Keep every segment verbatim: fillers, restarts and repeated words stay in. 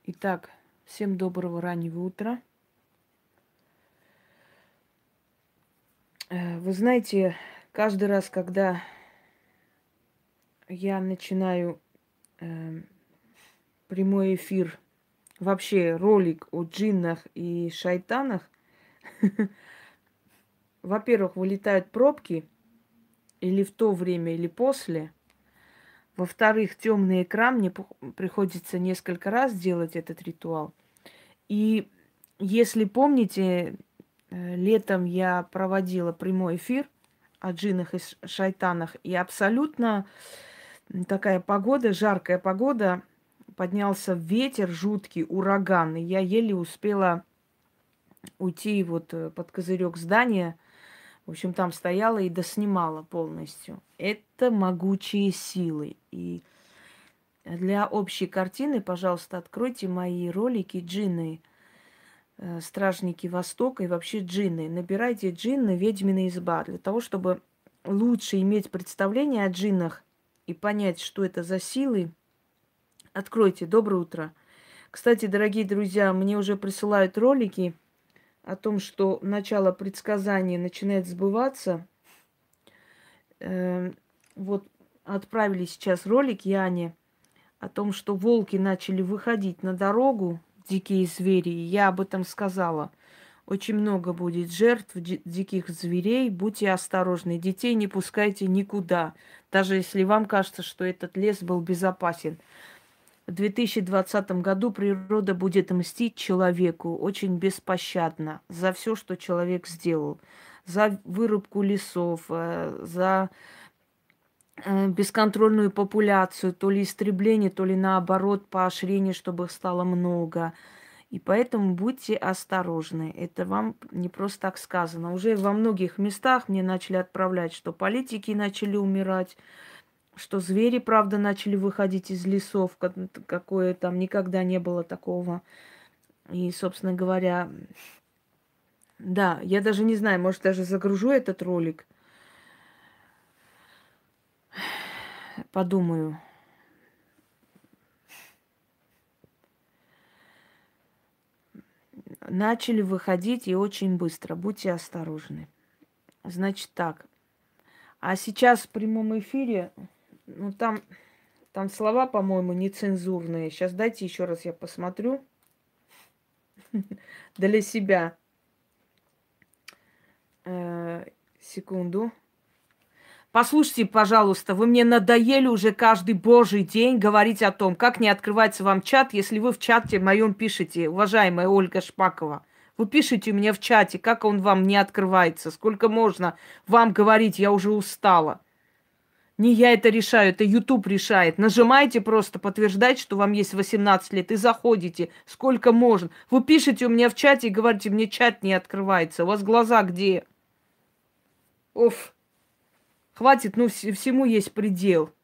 Итак, всем доброго раннего утра. Э, Вы знаете, каждый раз, когда я начинаю э, прямой эфир, вообще ролик о джиннах и шайтанах, во-первых, вылетают пробки или в то время, или после. Во-вторых, темный экран, мне пох- приходится несколько раз делать этот ритуал. И если помните, э, летом я проводила прямой эфир о джиннах и ш- шайтанах, и абсолютно такая погода, жаркая погода, поднялся ветер жуткий, ураган, и я еле успела уйти вот э, под козырек здания. В общем, там стояла и доснимала полностью. Это могучие силы. И для общей картины, пожалуйста, откройте мои ролики джинны, э, стражники Востока и вообще джинны. Набирайте джинны «Ведьмина изба» для того, чтобы лучше иметь представление о джиннах и понять, что это за силы. Откройте. Доброе утро. Кстати, дорогие друзья, мне уже присылают ролики о том, что начало предсказания начинает сбываться. Эм, Вот отправили сейчас ролик Яне о том, что волки начали выходить на дорогу, дикие звери. И я об этом сказала. Очень много будет жертв ди- диких зверей. Будьте осторожны. Детей не пускайте никуда. Даже если вам кажется, что этот лес был безопасен. В две тысячи двадцатом году природа будет мстить человеку очень беспощадно за все, что человек сделал. За вырубку лесов, э, за э, бесконтрольную популяцию, то ли истребление, то ли наоборот поощрение, чтобы их стало много. И поэтому будьте осторожны. Это вам не просто так сказано. Уже во многих местах мне начали отправлять, что политики начали умирать, что звери, правда, начали выходить из лесов, ка- какое там никогда не было такого. И, собственно говоря, да, я даже не знаю, может, даже загружу этот ролик, подумаю. Начали выходить и очень быстро. Будьте осторожны. Значит так. А сейчас в прямом эфире, ну там, там слова, по-моему, нецензурные. Сейчас дайте еще раз я посмотрю для себя. Э, секунду. Послушайте, пожалуйста, вы мне надоели уже каждый божий день говорить о том, как не открывается вам чат, если вы в чате моем пишете, уважаемая Ольга Шпакова. Вы пишете мне в чате, как он вам не открывается, сколько можно вам говорить, я уже устала. Не я это решаю, это YouTube решает. Нажимаете просто подтверждать, что вам есть восемнадцать лет, и заходите, сколько можно. Вы пишете у меня в чате и говорите, мне чат не открывается. У вас глаза где? Оф, хватит, ну вс- всему есть предел.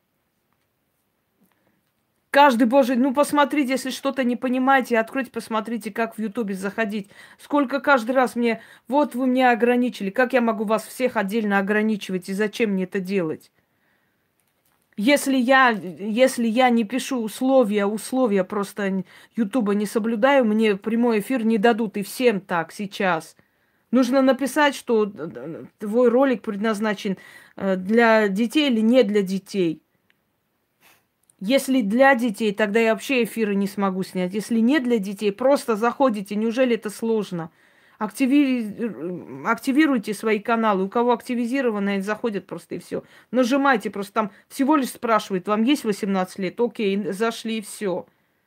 Каждый божий, ну посмотрите, если что-то не понимаете, откройте, посмотрите, как в Ютубе заходить. Сколько каждый раз мне, вот вы меня ограничили, как я могу вас всех отдельно ограничивать и зачем мне это делать? Если я, если я не пишу условия, условия просто Ютуба не соблюдаю, мне прямой эфир не дадут, и всем так сейчас. Нужно написать, что э, твой ролик предназначен э, для детей или не для детей. Если для детей, тогда я вообще эфиры не смогу снять. Если не для детей, просто заходите. Неужели это сложно? Активи... Активируйте свои каналы. У кого активизировано, заходят просто и все. Нажимайте, просто там всего лишь спрашивают, вам есть восемнадцать лет? Окей, зашли и все.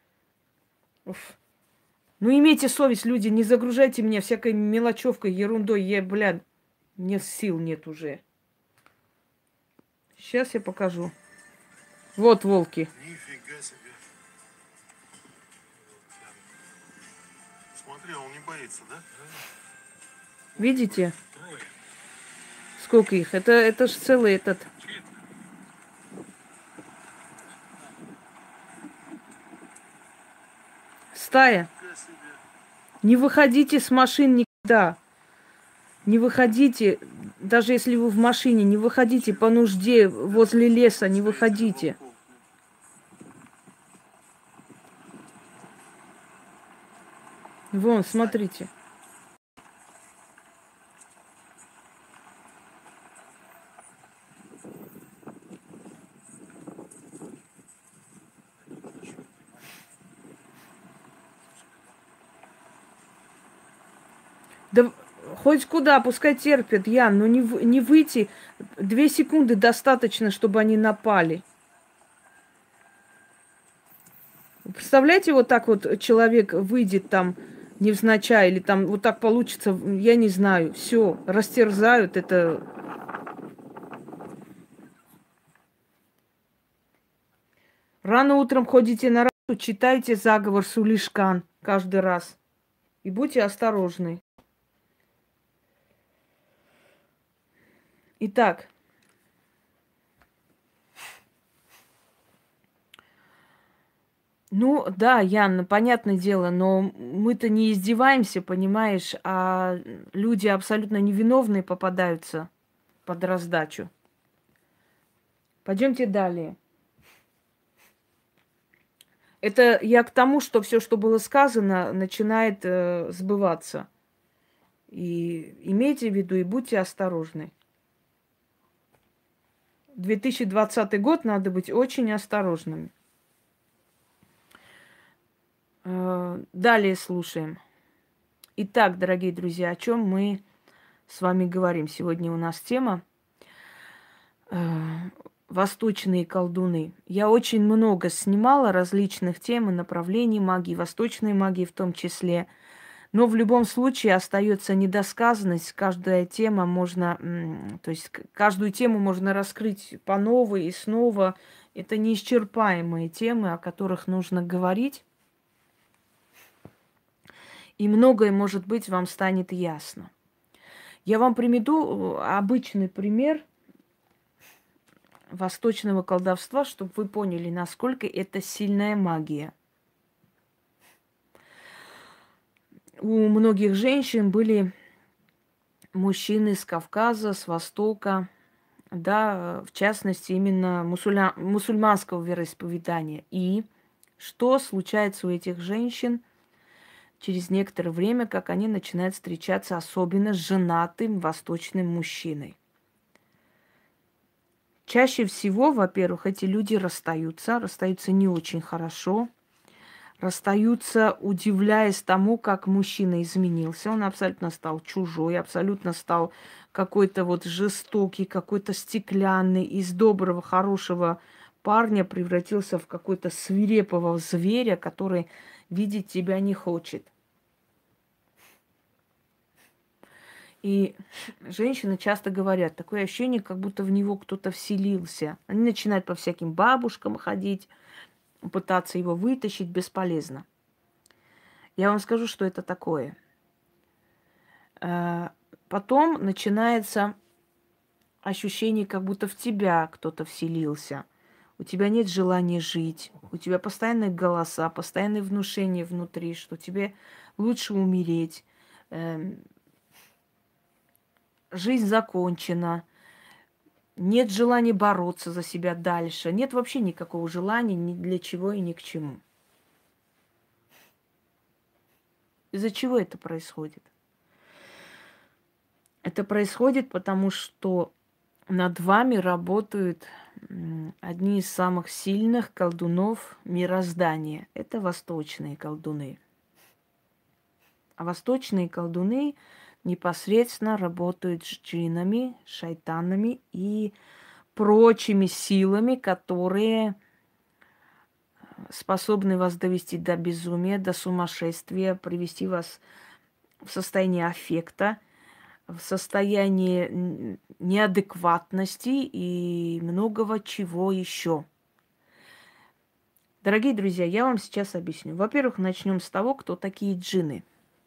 Ну имейте совесть, люди, не загружайте меня всякой мелочевкой, ерундой. Я, блядь, мне сил нет уже. Сейчас я покажу. Вот волки. Нифига себе. Смотри, он не боится, да? Видите? Сколько их? Это, это ж целый этот... Стая. Нифига себе. Не выходите с машин никогда. Не выходите, даже если вы в машине, не выходите по нужде возле леса, не Строитель выходите. волков. Вон, смотрите. Да хоть куда, пускай терпят, Ян, но не, вы- не выйти. Две секунды достаточно, чтобы они напали. Представляете, вот так вот человек выйдет там невзначай, или там вот так получится, я не знаю, все, растерзают это. Рано утром ходите на работу, читайте заговор Сулишкан каждый раз. И будьте осторожны. Итак, ну да, Ян, понятное дело, но мы-то не издеваемся, понимаешь, а люди абсолютно невиновные попадаются под раздачу. Пойдемте далее. Это я к тому, что все, что было сказано, начинает э, сбываться. И имейте в виду и будьте осторожны. две тысячи двадцатый год надо быть очень осторожными. Э, далее слушаем. Итак, дорогие друзья, о чем мы с вами говорим? Сегодня у нас тема э, восточные колдуны. Я очень много снимала различных тем и направлений магии, восточной магии в том числе. Но в любом случае остается недосказанность. Каждая тема можно, то есть каждую тему можно раскрыть по новой и снова. Это неисчерпаемые темы, о которых нужно говорить. И многое, может быть, вам станет ясно. Я вам приведу обычный пример восточного колдовства, чтобы вы поняли, насколько это сильная магия. У многих женщин были мужчины с Кавказа, с Востока, да, в частности, именно мусульма- мусульманского вероисповедания. И что случается у этих женщин через некоторое время, как они начинают встречаться особенно с женатым восточным мужчиной? Чаще всего, во-первых, эти люди расстаются, расстаются не очень хорошо, расстаются, удивляясь тому, как мужчина изменился. Он абсолютно стал чужой, абсолютно стал какой-то вот жестокий, какой-то стеклянный, из доброго, хорошего парня превратился в какой-то свирепого зверя, который видеть тебя не хочет. И женщины часто говорят, такое ощущение, как будто в него кто-то вселился. Они начинают по всяким бабушкам ходить, пытаться его вытащить, бесполезно. Я вам скажу, что это такое. Э, Потом начинается ощущение, как будто в тебя кто-то вселился. У тебя нет желания жить, у тебя постоянные голоса, постоянные внушения внутри, что тебе лучше умереть, эм, жизнь закончена, нет желания бороться за себя дальше, нет вообще никакого желания ни для чего и ни к чему. Из-за чего это происходит? Это происходит потому, что над вами работают м, одни из самых сильных колдунов мироздания. Это восточные колдуны. А восточные колдуны непосредственно работают с джиннами, шайтанами и прочими силами, которые способны вас довести до безумия, до сумасшествия, привести вас в состояние аффекта, в состоянии неадекватности и многого чего еще. Дорогие друзья, я вам сейчас объясню. Во-первых, начнем с того, кто такие джинны.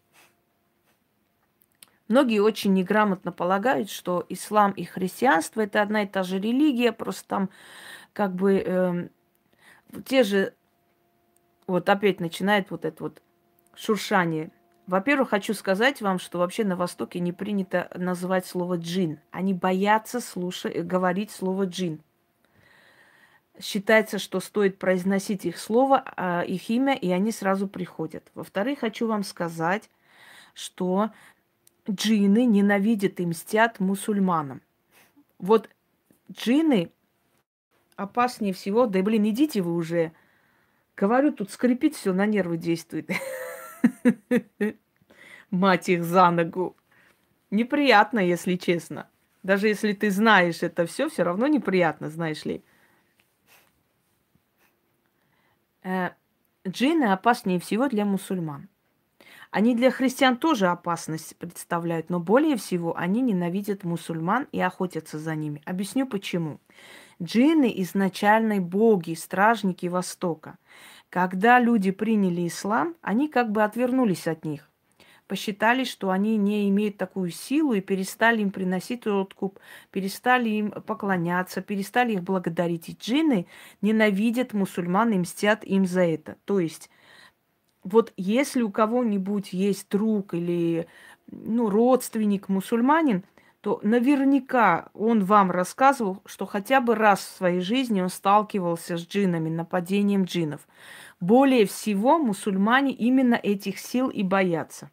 Многие очень неграмотно полагают, что ислам и христианство – это одна и та же религия, просто там как бы э, те же, вот опять начинает вот это вот шуршание. Во-первых, хочу сказать вам, что вообще на Востоке не принято называть слово джин. Они боятся слушать, говорить слово джин. Считается, что стоит произносить их слово, а, их имя, и они сразу приходят. Во-вторых, хочу вам сказать, что джинны ненавидят и мстят мусульманам. Вот джинны опаснее всего. Да, блин, идите вы уже. Говорю, тут скрипит все, на нервы действует. Мать их за ногу. Неприятно, если честно. Даже если ты знаешь это все, все равно неприятно, знаешь ли. Э, Джинны опаснее всего для мусульман. Они для христиан тоже опасность представляют, но более всего они ненавидят мусульман и охотятся за ними. Объясню почему. Джинны изначально боги, стражники Востока. Когда люди приняли ислам, они как бы отвернулись от них. Посчитали, что они не имеют такую силу и перестали им приносить откуп, перестали им поклоняться, перестали их благодарить. И джинны ненавидят мусульман и мстят им за это. То есть вот если у кого-нибудь есть друг или ну, родственник мусульманин, то наверняка он вам рассказывал, что хотя бы раз в своей жизни он сталкивался с джиннами, нападением джиннов. Более всего мусульмане именно этих сил и боятся.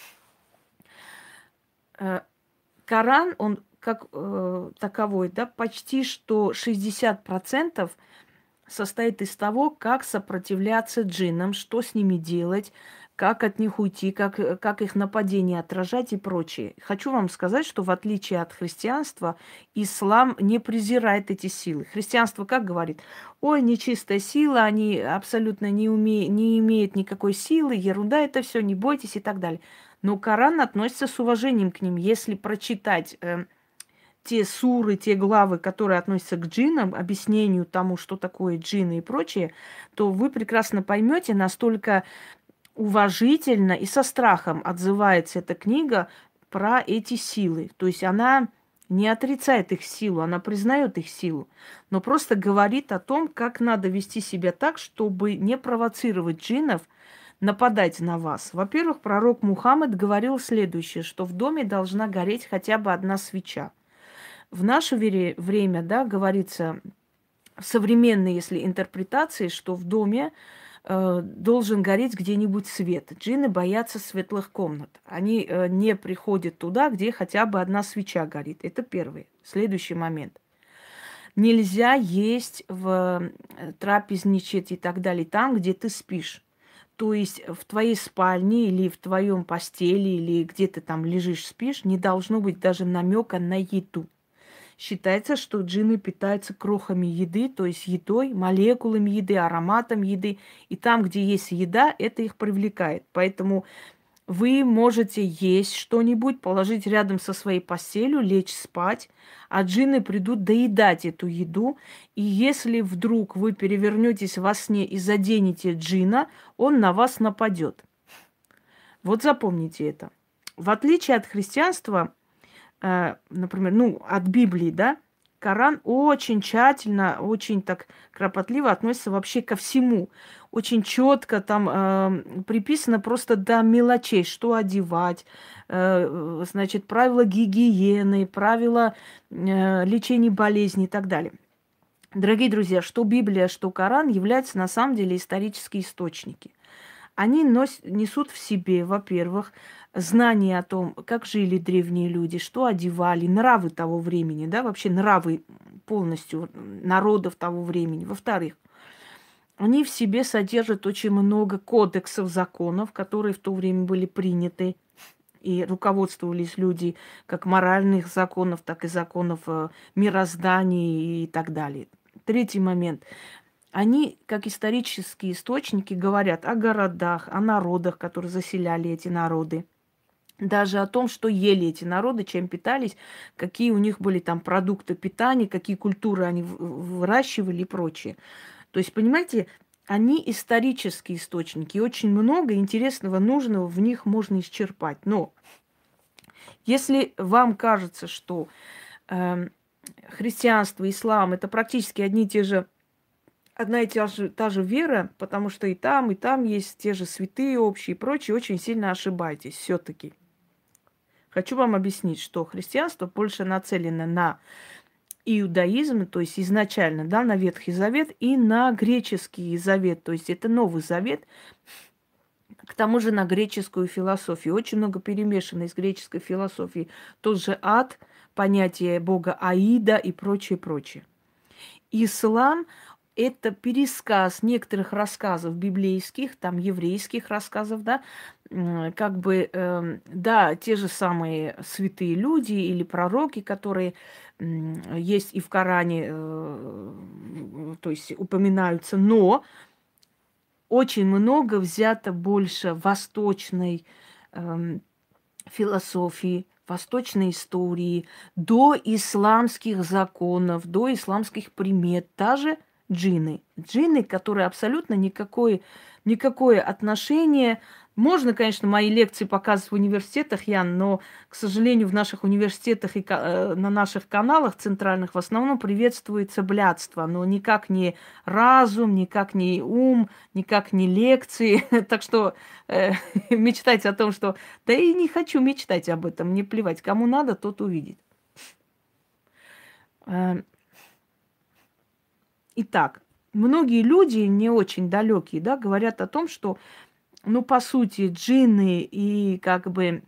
Э, Коран, он как э, таковой, да, почти что шестьдесят процентов состоит из того, как сопротивляться джиннам, что с ними делать, как от них уйти, как, как их нападение отражать и прочее. Хочу вам сказать, что в отличие от христианства, ислам не презирает эти силы. Христианство как говорит? Ой, нечистая сила, они абсолютно не, уме... не имеют никакой силы, ерунда это все, не бойтесь и так далее. Но Коран относится с уважением к ним. Если прочитать э, те суры, те главы, которые относятся к джиннам, объяснению тому, что такое джинны и прочее, то вы прекрасно поймете, настолько уважительно и со страхом отзывается эта книга про эти силы. То есть она не отрицает их силу, она признает их силу, но просто говорит о том, как надо вести себя так, чтобы не провоцировать джиннов нападать на вас. Во-первых, пророк Мухаммед говорил следующее, что в доме должна гореть хотя бы одна свеча. В наше вере, время, да, говорится в современной, если интерпретации, что в доме э, должен гореть где-нибудь свет. Джинны боятся светлых комнат. Они э, не приходят туда, где хотя бы одна свеча горит. Это первый. Следующий момент. Нельзя есть в э, трапезничать и так далее там, где ты спишь. То есть в твоей спальне или в твоем постели, или где ты там лежишь, спишь, не должно быть даже намека на еду. Считается, что джинны питаются крохами еды, то есть едой, молекулами еды, ароматом еды. И там, где есть еда, это их привлекает. Поэтому вы можете есть что-нибудь, положить рядом со своей постелью, лечь спать, а джинны придут доедать эту еду. И если вдруг вы перевернетесь во сне и заденете джинна, он на вас нападет. Вот запомните это. В отличие от христианства, э, например, ну, от Библии, да, Коран очень тщательно, очень так кропотливо относится вообще ко всему. Очень четко там э, приписано просто до мелочей, что одевать, э, значит, правила гигиены, правила э, лечения болезней и так далее. Дорогие друзья, что Библия, что Коран являются на самом деле исторические источники. Они нос, несут в себе, во-первых, знание о том, как жили древние люди, что одевали, нравы того времени, да, вообще нравы полностью народов того времени. Во-вторых, они в себе содержат очень много кодексов, законов, которые в то время были приняты, и руководствовались люди как моральных законов, так и законов э, мироздания и так далее. Третий момент. Они, как исторические источники, говорят о городах, о народах, которые заселяли эти народы. Даже о том, что ели эти народы, чем питались, какие у них были там продукты питания, какие культуры они выращивали и прочее. То есть, понимаете, они исторические источники, и очень много интересного, нужного в них можно исчерпать. Но если вам кажется, что э, христианство, ислам это практически одни и те же, одна и та же, та же вера, потому что и там, и там есть те же святые общие и прочее, очень сильно ошибаетесь все-таки. Хочу вам объяснить, что христианство больше нацелено на иудаизм, то есть изначально, да, на Ветхий Завет, и на греческий Завет, то есть это Новый Завет, к тому же на греческую философию. Очень много перемешано из греческой философии. Тот же ад, понятие бога Аида и прочее, прочее. Ислам – это пересказ некоторых рассказов библейских, там еврейских рассказов, да, как бы, э, да, те же самые святые люди или пророки, которые э, есть и в Коране, э, то есть упоминаются, но очень много взято больше восточной э, философии, восточной истории, до исламских законов, до исламских примет, даже джинны. Джинны, которые абсолютно никакое, никакое отношение. Можно, конечно, мои лекции показывать в университетах, Ян, но, к сожалению, в наших университетах и ка- на наших каналах центральных в основном приветствуется блядство, но никак не разум, никак не ум, никак не лекции. Так что э, мечтать о том, что да и не хочу мечтать об этом, мне плевать. Кому надо, тот увидит. Э, Итак, многие люди, не очень далекие, да, говорят о том, что, ну, по сути, джинны и как бы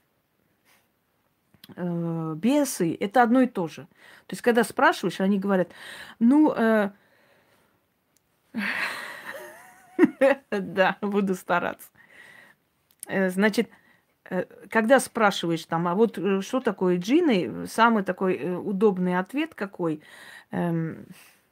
э, бесы – это одно и то же. То есть, когда спрашиваешь, они говорят, ну, э, да, буду стараться. Э, Значит, э, когда спрашиваешь там, а вот э, что такое джинны, самый такой э, удобный ответ какой? Эм,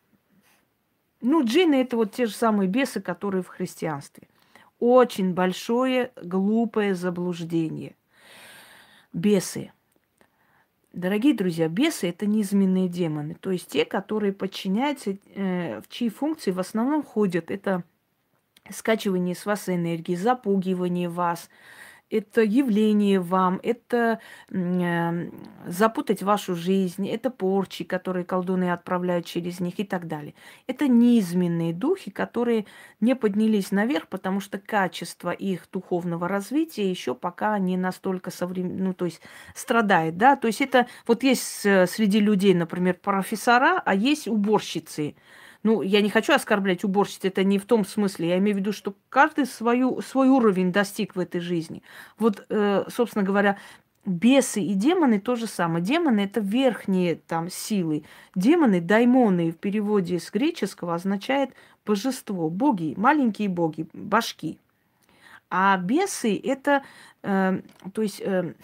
Ну, джинны – это вот те же самые бесы, которые в христианстве. Очень большое, глупое заблуждение. Бесы. Дорогие друзья, бесы – это низменные демоны. То есть те, которые подчиняются, э, в чьи функции в основном ходят. Это скачивание с вас энергии, запугивание вас, это явление вам, это м, э, запутать вашу жизнь, это порчи, которые колдуны отправляют через них и так далее. Это низменные духи, которые не поднялись наверх, потому что качество их духовного развития еще пока не настолько современное, ну, то есть страдает, да. То есть это вот есть э, среди людей, например, профессора, а есть уборщицы. Ну, я не хочу оскорблять уборщиц, это не в том смысле. Я имею в виду, что каждый свою, свой уровень достиг в этой жизни. Вот, э, собственно говоря, бесы и демоны то же самое. Демоны – это верхние там силы. Демоны, даймоны в переводе с греческого означает божество, боги, маленькие боги, башки. А бесы – это, э, то есть, э,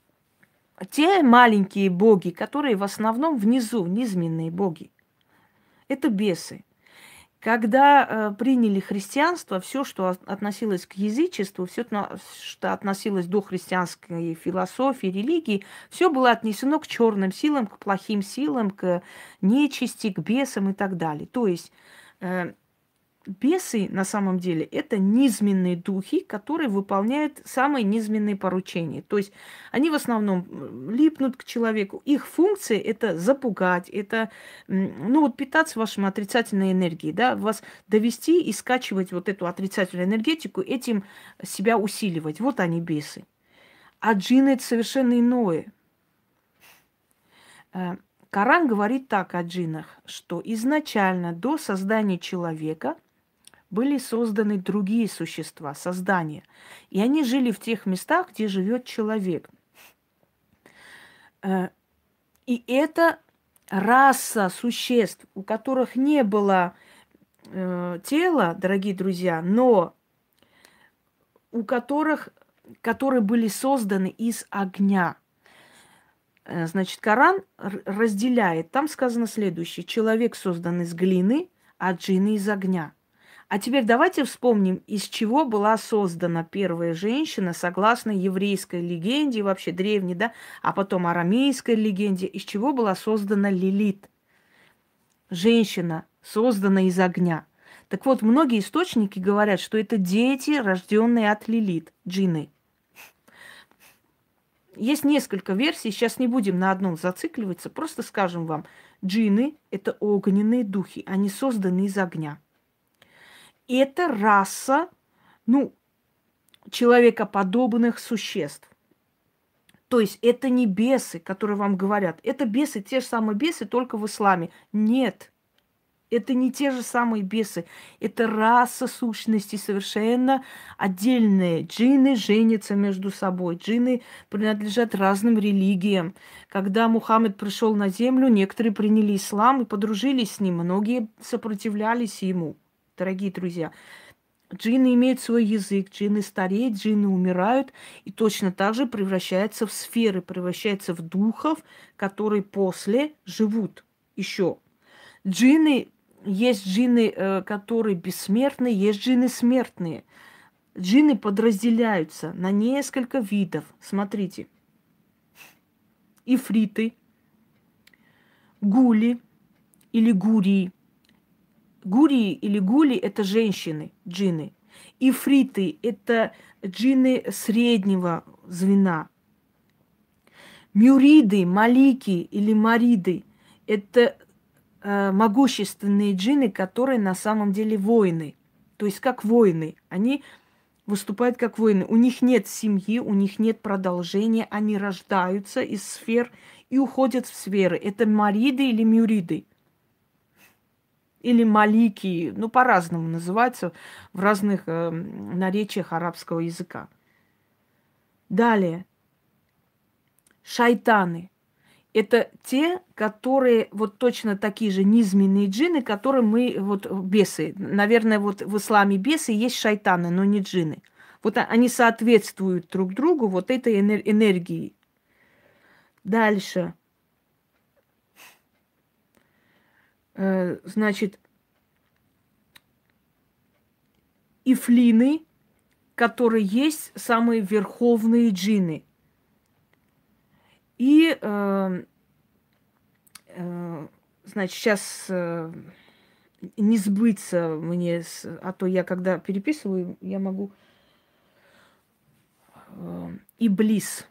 те маленькие боги, которые в основном внизу, низменные боги. Это бесы. Когда э, приняли христианство, все, что от- относилось к язычеству, все, что относилось до христианской философии, религии, все было отнесено к черным силам, к плохим силам, к нечисти, к бесам и так далее. То есть э, бесы на самом деле это низменные духи, которые выполняют самые низменные поручения. То есть они в основном м, липнут к человеку. Их функция это запугать, это м, ну вот питаться вашей отрицательной энергией, да, вас довести и скачивать вот эту отрицательную энергетику, этим себя усиливать. Вот они бесы. А джинны это совершенно иное. Э, Коран говорит так о джиннах, что изначально до создания человека были созданы другие существа, создания. И они жили в тех местах, где живет человек. Э, И это раса существ, у которых не было э, тела, дорогие друзья, но у которых, которые были созданы из огня. Э, Значит, Коран р- разделяет. Там сказано следующее. Человек создан из глины, а джинны из огня. А теперь давайте вспомним, из чего была создана первая женщина, согласно еврейской легенде, вообще древней, да, а потом арамейской легенде, из чего была создана Лилит. Женщина, созданная из огня. Так вот, многие источники говорят, что это дети, рожденные от Лилит, джинны. Есть несколько версий, сейчас не будем на одном зацикливаться, просто скажем вам, джинны – это огненные духи, они созданы из огня. Это раса, ну, человекоподобных существ. То есть это не бесы, которые вам говорят. Это бесы, те же самые бесы, только в исламе. Нет. Это не те же самые бесы. Это раса сущности совершенно отдельные. Джинны женятся между собой. Джинны принадлежат разным религиям. Когда Мухаммед пришел на землю, некоторые приняли ислам и подружились с ним. Многие сопротивлялись ему, дорогие друзья. Джинны имеют свой язык, джинны стареют, джинны умирают и точно так же превращаются в сферы, превращаются в духов, которые после живут еще. Джинны, есть джинны, э, которые бессмертные, есть джинны смертные. Джинны подразделяются на несколько видов. Смотрите. Ифриты, гули или гурии. Гурии или гули – это женщины, джинны. Ифриты – это джинны среднего звена. Мюриды, малики или мариды – это э, могущественные джинны, которые на самом деле воины. То есть как воины. Они выступают как воины. У них нет семьи, у них нет продолжения. Они рождаются из сфер и уходят в сферы. Это мариды или мюриды. Или малики, ну, по-разному называются в разных э, наречиях арабского языка. Далее. Шайтаны. Это те, которые вот точно такие же низменные джинны, которые мы, вот бесы. Наверное, вот в исламе бесы есть шайтаны, но не джинны. Вот они соответствуют друг другу вот этой энергии. Дальше. Значит, ифлины, которые есть самые верховные джинны. И, э, э, значит, сейчас э, не сбыться мне, с, а то я когда переписываю, я могу... Э, Иблис.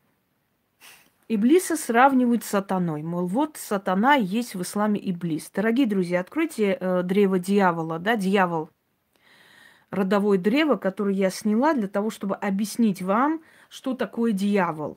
Иблиса сравнивают с сатаной. Мол, вот сатана есть в исламе Иблис. Дорогие друзья, откройте э, древо дьявола, да, дьявол. Родовое древо, которое я сняла для того, чтобы объяснить вам, что такое дьявол.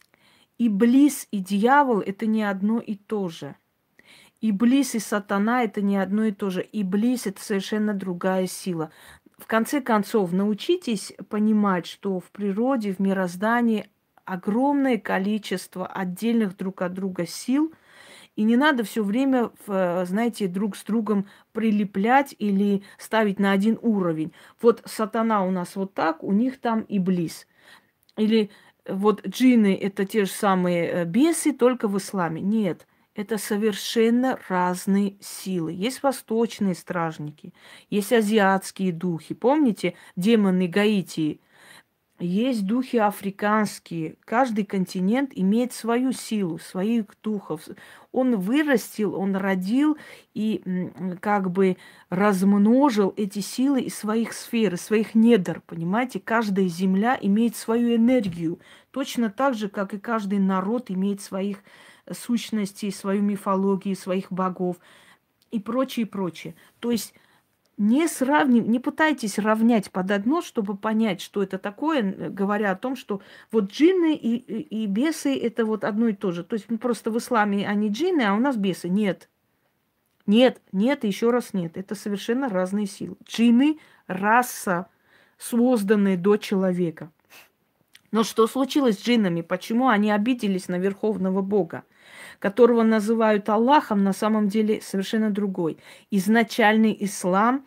Иблис и дьявол – это не одно и то же. Иблис и сатана – это не одно и то же. Иблис – это совершенно другая сила. В конце концов, научитесь понимать, что в природе, в мироздании огромное количество отдельных друг от друга сил, и не надо все время, знаете, друг с другом прилеплять или ставить на один уровень. Вот сатана у нас вот так, у них там иблис. Или вот джинны – это те же самые бесы, только в исламе. Нет, это совершенно разные силы. Есть восточные стражники, есть азиатские духи. Помните, демоны Гаитии? Есть духи африканские. Каждый континент имеет свою силу, своих духов. Он вырастил, он родил и как бы размножил эти силы из своих сфер, из своих недр. Понимаете, каждая земля имеет свою энергию. Точно так же, как и каждый народ имеет своих сущностей, свою мифологию, своих богов и прочее, прочее. То есть не сравнив... не пытайтесь равнять под одно, чтобы понять, что это такое, говоря о том, что вот джинны и, и, и бесы – это вот одно и то же. То есть просто в исламе они джинны, а у нас бесы. Нет. Нет, нет и еще раз нет. Это совершенно разные силы. Джинны – раса, созданная до человека. Но что случилось с джиннами? Почему они обиделись на Верховного Бога, которого называют Аллахом, на самом деле совершенно другой. Изначальный ислам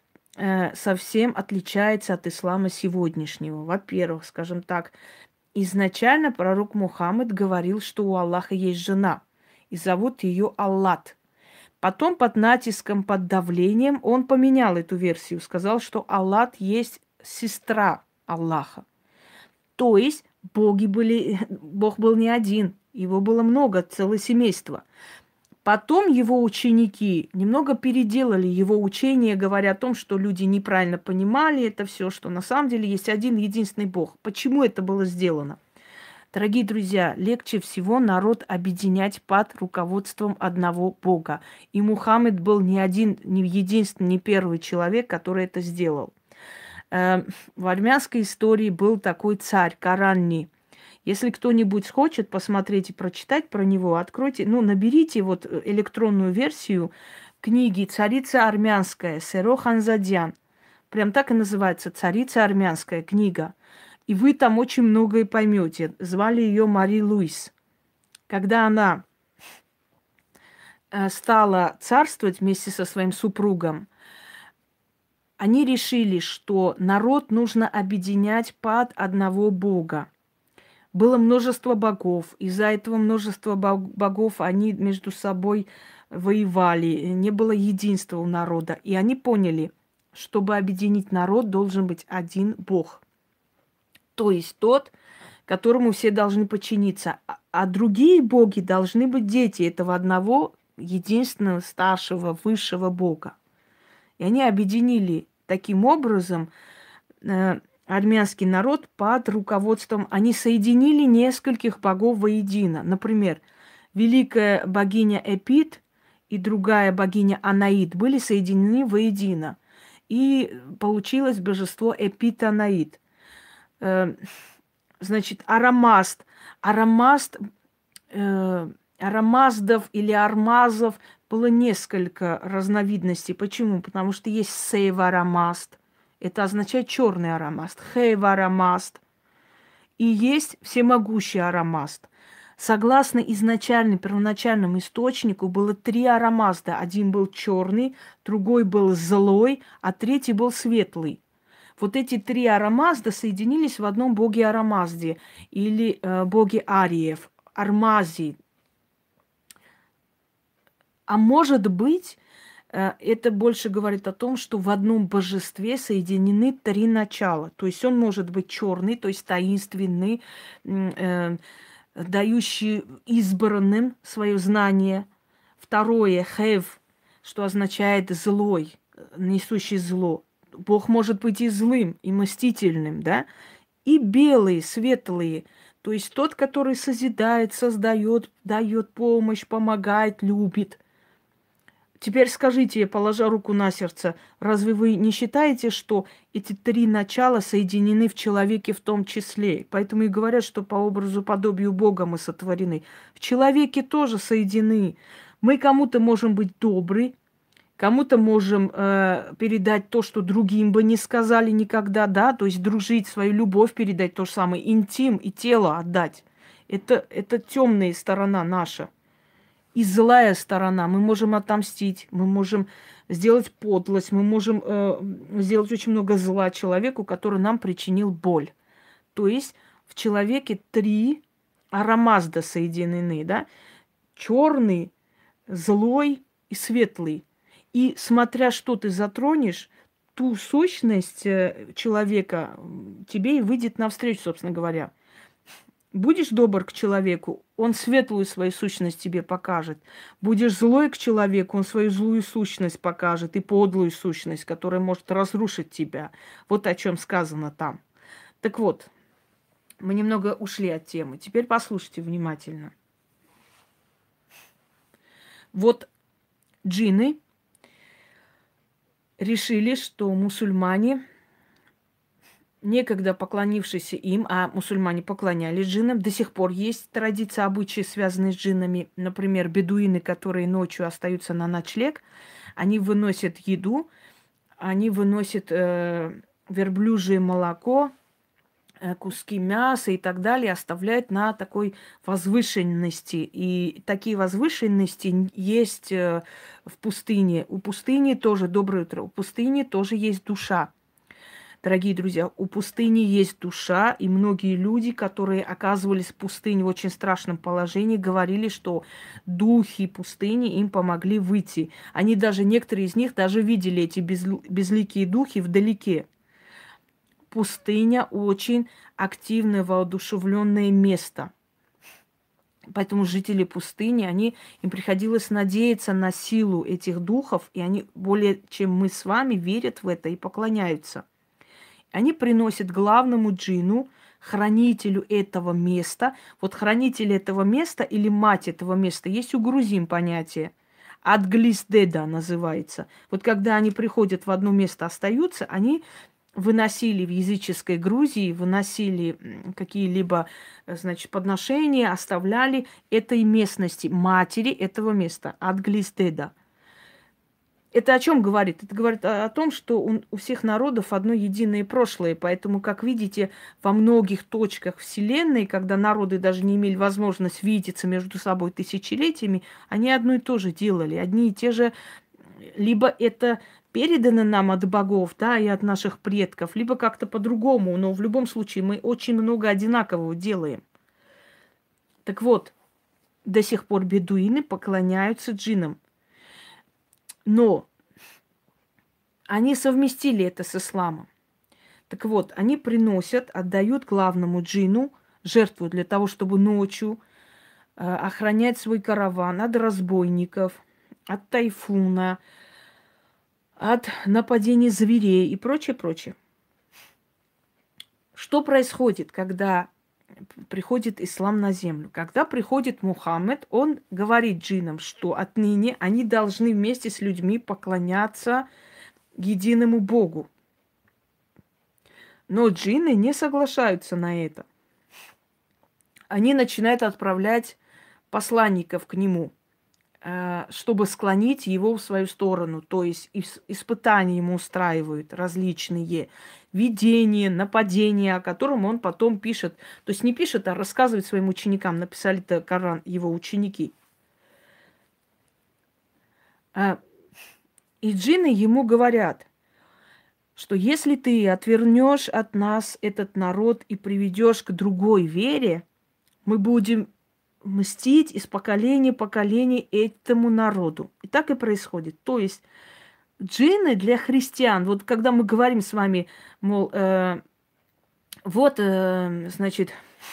э, совсем отличается от ислама сегодняшнего. Во-первых, скажем так, изначально пророк Мухаммед говорил, что у Аллаха есть жена, и зовут ее Аллат. Потом под натиском, под давлением он поменял эту версию, сказал, что Аллат есть сестра Аллаха. То есть боги были, Бог был не один, его было много, целое семейство. Потом его ученики немного переделали его учение, говоря о том, что люди неправильно понимали это все, что на самом деле есть один единственный Бог. Почему это было сделано? Дорогие друзья, легче всего народ объединять под руководством одного Бога. И Мухаммед был не один, не единственный, не первый человек, который это сделал. В армянской истории был такой царь Каранни. Если кто-нибудь хочет посмотреть и прочитать про него, откройте, ну, наберите вот электронную версию книги «Царица армянская» Серо Ханзадян. Прям так и называется «Царица армянская» книга. И вы там очень многое поймете. Звали ее Мари Луис. Когда она стала царствовать вместе со своим супругом, они решили, что народ нужно объединять под одного бога. Было множество богов. Из-за этого множества богов они между собой воевали. Не было единства у народа. И они поняли, чтобы объединить народ, должен быть один бог. То есть тот, которому все должны подчиниться. А другие боги должны быть дети этого одного, единственного, старшего, высшего бога. И они объединили таким образом э, армянский народ под руководством... Они соединили нескольких богов воедино. Например, великая богиня Эпит и другая богиня Анаид были соединены воедино. И получилось божество Эпит-Анаид. Э, значит, Арамаст. Арамаст... Э, Арамаздов или армазов было несколько разновидностей. Почему? Потому что есть сейварамаст. Это означает черный арамаст. Хейварамаст. И есть всемогущий арамаст. Согласно изначальному, первоначальному источнику, было три арамазда. Один был черный, другой был злой, а третий был светлый. Вот эти три арамазда соединились в одном боге Арамазде или э, боге Ариев, Армази. А может быть, это больше говорит о том, что в одном божестве соединены три начала. То есть он может быть черный, то есть таинственный, э, дающий избранным свое знание. Второе, хев, что означает злой, несущий зло. Бог может быть и злым, и мстительным, да? И белые, светлые, то есть тот, который созидает, создает, дает помощь, помогает, любит. Теперь скажите, положа руку на сердце, разве вы не считаете, что эти три начала соединены в человеке в том числе? Поэтому и говорят, что по образу, подобию Бога мы сотворены. В человеке тоже соединены. Мы кому-то можем быть добры, кому-то можем э, передать то, что другим бы не сказали никогда, да, то есть дружить, свою любовь передать, то же самое, интим и тело отдать. Это, это темная сторона наша. И злая сторона. Мы можем отомстить, мы можем сделать подлость, мы можем э, сделать очень много зла человеку, который нам причинил боль. То есть в человеке три арамазда соединены, да? Черный, злой и светлый. И смотря что ты затронешь, ту сущность человека тебе и выйдет навстречу, собственно говоря. Будешь добр к человеку, он светлую свою сущность тебе покажет. Будешь злой к человеку, он свою злую сущность покажет и подлую сущность, которая может разрушить тебя. Вот о чем сказано там. Так вот, мы немного ушли от темы. Теперь послушайте внимательно. Вот джинны решили, что мусульмане, некогда поклонившиеся им, а мусульмане поклонялись джиннам, до сих пор есть традиция, обычаи, связанные с джиннами. Например, бедуины, которые ночью остаются на ночлег, они выносят еду, они выносят э, верблюжье молоко, э, куски мяса и так далее, оставляют на такой возвышенности. И такие возвышенности есть э, в пустыне. У пустыни тоже, доброе утро, у пустыни тоже есть душа. Дорогие друзья, у пустыни есть душа, и многие люди, которые оказывались в пустыне в очень страшном положении, говорили, что духи пустыни им помогли выйти. Они даже, некоторые из них даже видели эти безликие духи вдалеке. Пустыня очень активное, воодушевленное место. Поэтому жители пустыни, они, им приходилось надеяться на силу этих духов, и они более чем мы с вами верят в это и поклоняются. Они приносят главному джину, хранителю этого места. Вот хранитель этого места или мать этого места, есть у грузин понятие. Адглисдеда называется. Вот когда они приходят в одно место, остаются, они выносили в языческой Грузии, выносили какие-либо, значит, подношения, оставляли этой местности, матери этого места, Адглистеда. Это о чем говорит? Это говорит о, о том, что у, у всех народов одно единое прошлое. Поэтому, как видите, во многих точках Вселенной, когда народы даже не имели возможность видеться между собой тысячелетиями, они одно и то же делали. Одни и те же... Либо это передано нам от богов, да, и от наших предков, либо как-то по-другому. Но в любом случае мы очень много одинакового делаем. Так вот, до сих пор бедуины поклоняются джиннам. Но они совместили это с исламом. Так вот, они приносят, отдают главному джину жертву для того, чтобы ночью э, охранять свой караван от разбойников, от тайфуна, от нападений зверей и прочее, прочее. Что происходит, когда приходит ислам на землю? Когда приходит Мухаммед, он говорит джиннам, что отныне они должны вместе с людьми поклоняться единому Богу. Но джинны не соглашаются на это. Они начинают отправлять посланников к нему, чтобы склонить его в свою сторону. То есть испытания ему устраивают различные, видения, нападения, о котором он потом пишет. То есть не пишет, а рассказывает своим ученикам. Написали это Коран его ученики. И джинны ему говорят, что если ты отвернешь от нас этот народ и приведешь к другой вере, мы будем мстить из поколения в поколение этому народу. И так и происходит. То есть джинны для христиан, вот когда мы говорим с вами, мол, э, вот, э, значит,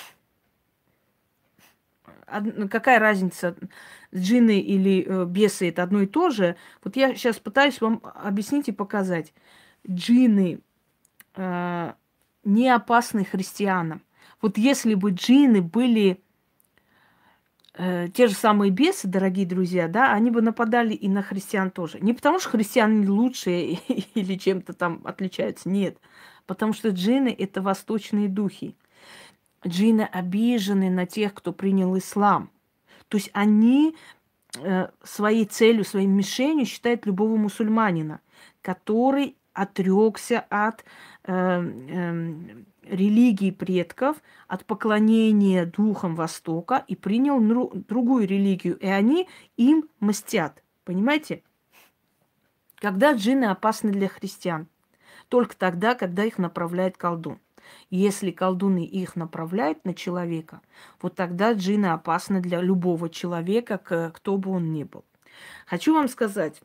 од, какая разница, джинны или э, бесы, это одно и то же. Вот я сейчас пытаюсь вам объяснить и показать. Джинны э, не опасны христианам. Вот если бы джинны были э, те же самые бесы, дорогие друзья, да, они бы нападали и на христиан тоже. Не потому что христиане лучшие или чем-то там отличаются, нет. Потому что джинны – это восточные духи. Джинны обижены на тех, кто принял ислам. То есть они э, своей целью, своей мишенью считают любого мусульманина, который отрекся от э, э, религии предков, от поклонения духам Востока и принял нру- другую религию. И они им мстят. Понимаете? Когда джинны опасны для христиан? Только тогда, когда их направляет колдун. Если колдуны их направляют на человека, вот тогда джинны опасны для любого человека, кто бы он ни был. Хочу вам сказать,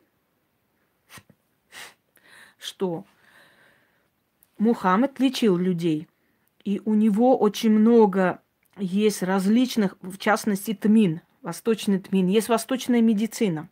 что Мухаммед лечил людей, и у него очень много есть различных, в частности, тмин, восточный тмин, есть восточная медицина.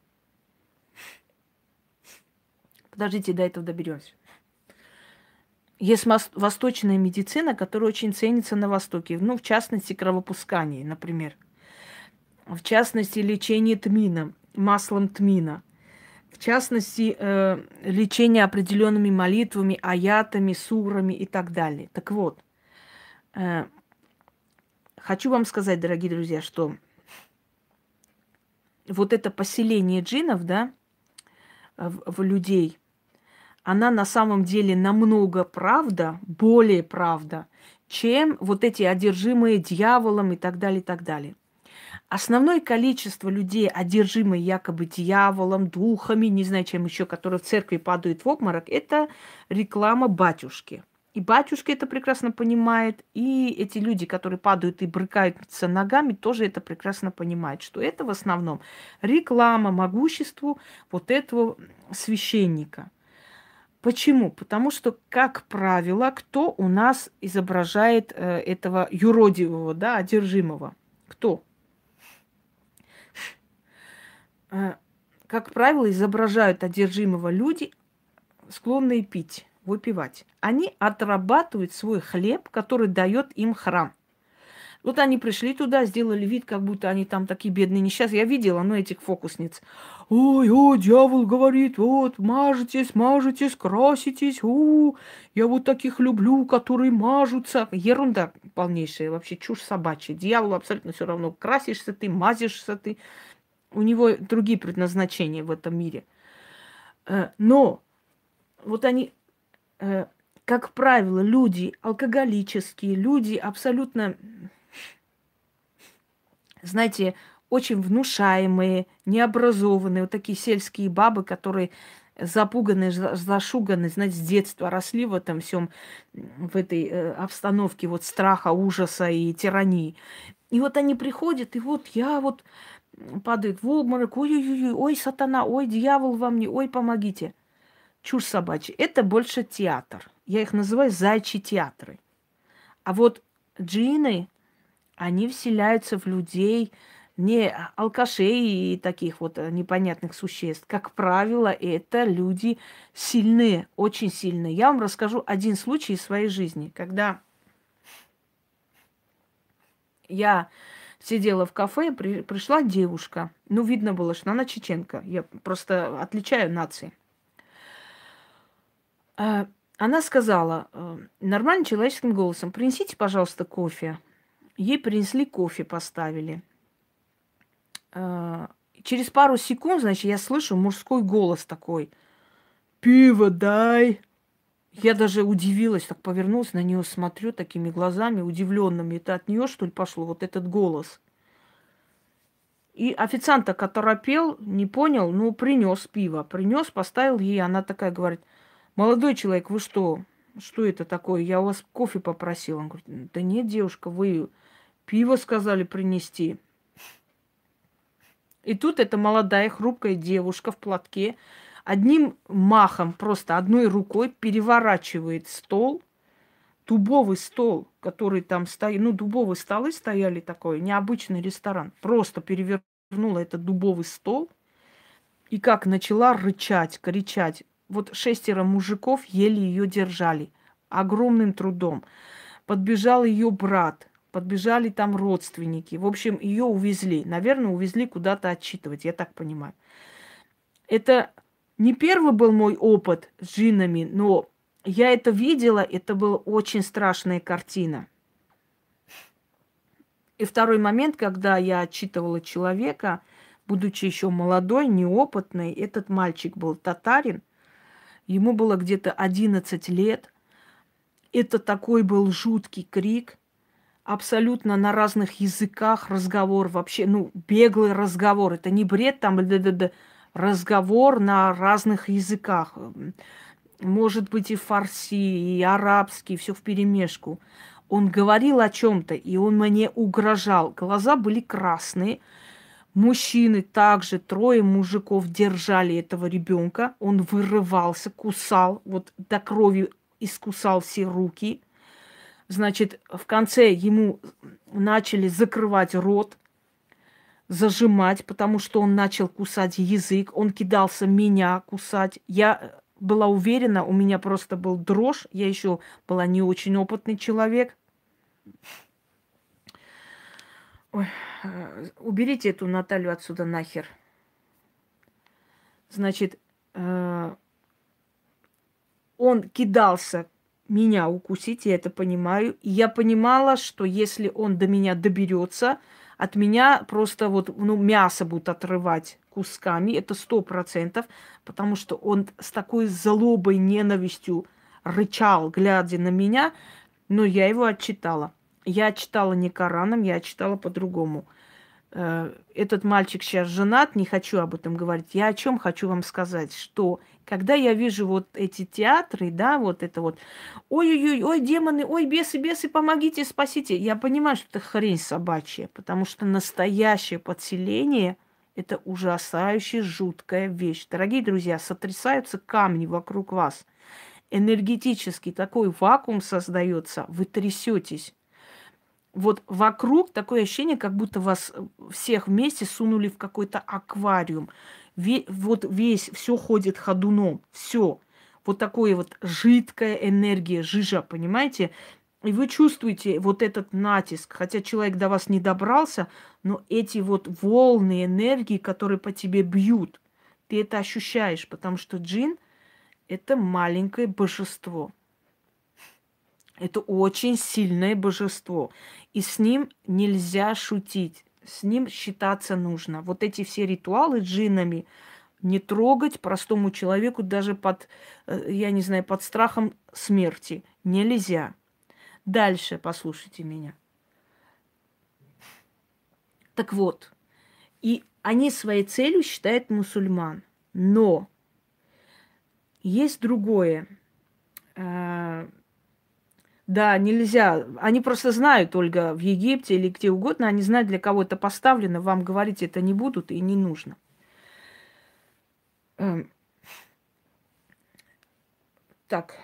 Подождите, до этого доберемся. Есть восточная медицина, которая очень ценится на Востоке. Ну, в частности, кровопускание, например. В частности, лечение тмина, маслом тмина. В частности, э, лечение определенными молитвами, аятами, сурами и так далее. Так вот, э, хочу вам сказать, дорогие друзья, что вот это поселение джиннов, да, в, в людей, она на самом деле намного правда, более правда, чем вот эти одержимые дьяволом и так далее, и так далее. Основное количество людей, одержимые якобы дьяволом, духами, не знаю, чем еще, которые в церкви падают в обморок, это реклама батюшки. И батюшка это прекрасно понимает, и эти люди, которые падают и брыкаются ногами, тоже это прекрасно понимают, что это в основном реклама могуществу вот этого священника. Почему? Потому что, как правило, кто у нас изображает э, этого юродивого, да, одержимого? Кто? Э, как правило, изображают одержимого люди, склонные пить, выпивать. Они отрабатывают свой хлеб, который дает им храм. Вот они пришли туда, сделали вид, как будто они там такие бедные несчастные. Я видела, ну, этих фокусниц. Ой, о, дьявол говорит, вот, мажетесь, мажетесь, краситесь, у, я вот таких люблю, которые мажутся. Ерунда полнейшая, вообще чушь собачья. Дьяволу абсолютно все равно, красишься ты, мазишься ты. У него другие предназначения в этом мире. Э, Но вот они, э, как правило, люди алкоголические, люди абсолютно, знаете, очень внушаемые, необразованные, вот такие сельские бабы, которые запуганные, за- зашуганные, знаете, с детства росли в этом всем, в этой э, обстановке вот страха, ужаса и тирании. И вот они приходят, и вот я вот м, падает в обморок, ой-ой-ой, ой, сатана, ой, дьявол во мне, ой, помогите. Чушь собачья. Это больше театр. Я их называю зайчьи театры. А вот джинны, они вселяются в людей, не алкашей и таких вот э, непонятных существ. Как правило, это люди сильные, очень сильные. Я вам расскажу один случай из своей жизни, когда я сидела в кафе, при- пришла девушка. Ну, видно было, что она чеченка. Я просто отличаю нации. А, Она сказала э, нормальным человеческим голосом: принесите, пожалуйста, кофе. Ей принесли кофе, поставили. А, Через пару секунд, значит, я слышу мужской голос такой: пиво дай. Я даже удивилась, так повернулась на нее, смотрю такими глазами удивленными. Это от нее, что ли, пошло вот этот голос? И официант, который пел, не понял, ну, принес пиво. Принес, поставил ей. Она такая говорит: молодой человек, вы что? Что это такое? Я у вас кофе попросила. Он говорит: да нет, девушка, вы пиво сказали принести. И тут эта молодая хрупкая девушка в платке одним махом, просто одной рукой переворачивает стол, дубовый стол, который там стоит, ну, дубовые столы стояли, такой необычный ресторан, просто перевернула этот дубовый стол и как начала рычать, кричать. Вот шестеро мужиков еле ее держали огромным трудом. Подбежал ее брат, подбежали там родственники. В общем, ее увезли. Наверное, увезли куда-то отчитывать, я так понимаю. Это не первый был мой опыт с джиннами, но я это видела, это была очень страшная картина. И второй момент, когда я отчитывала человека, будучи еще молодой, неопытный, этот мальчик был татарин, ему было где-то одиннадцать лет. Это такой был жуткий крик, абсолютно на разных языках разговор, вообще, ну, беглый разговор. Это не бред, там, да-да-да, разговор на разных языках. Может быть, и фарси, и арабский, все вперемешку. Он говорил о чем-то, и он мне угрожал. Глаза были красные. Мужчины также, трое мужиков держали этого ребенка. Он вырывался, кусал, вот до крови искусал все руки. Значит, в конце ему начали закрывать рот, зажимать, потому что он начал кусать язык. Он кидался меня кусать. Я была уверена, у меня просто был дрожь. Я еще была не очень опытный человек. Ой, э, уберите эту Наталью отсюда нахер. Значит, э, он кидался меня укусить, я это понимаю. И я понимала, что если он до меня доберется, от меня просто вот, ну, мясо будут отрывать кусками. Это сто процентов, потому что он с такой злобой, ненавистью рычал, глядя на меня, но я его отчитала. Я отчитала не Кораном, я отчитала по-другому. Э, Этот мальчик сейчас женат, не хочу об этом говорить. Я о чем хочу вам сказать, что когда я вижу вот эти театры, да, вот это вот, ой-ой-ой, ой, демоны, ой, бесы, бесы, помогите, спасите, я понимаю, что это хрень собачья, потому что настоящее подселение – это ужасающая, жуткая вещь. Дорогие друзья, сотрясаются камни вокруг вас. Энергетически такой вакуум создается, вы трясетесь. Вот вокруг такое ощущение, как будто вас всех вместе сунули в какой-то аквариум. Ве- вот весь, все ходит ходуном, все. Вот такое вот жидкая энергия, жижа, понимаете? И вы чувствуете вот этот натиск, хотя человек до вас не добрался, но эти вот волны энергии, которые по тебе бьют, ты это ощущаешь, потому что джин– это маленькое божество. Это очень сильное божество. И с ним нельзя шутить. С ним считаться нужно. Вот эти все ритуалы с джиннами не трогать простому человеку даже под, э, я не знаю, под страхом смерти. Нельзя. Дальше послушайте меня. Так вот, и они своей целью считают мусульман. Но есть другое. Э, Да, нельзя. Они просто знают, Ольга, в Египте или где угодно, они знают, для кого это поставлено, вам говорить это не будут и не нужно. Эм, Так,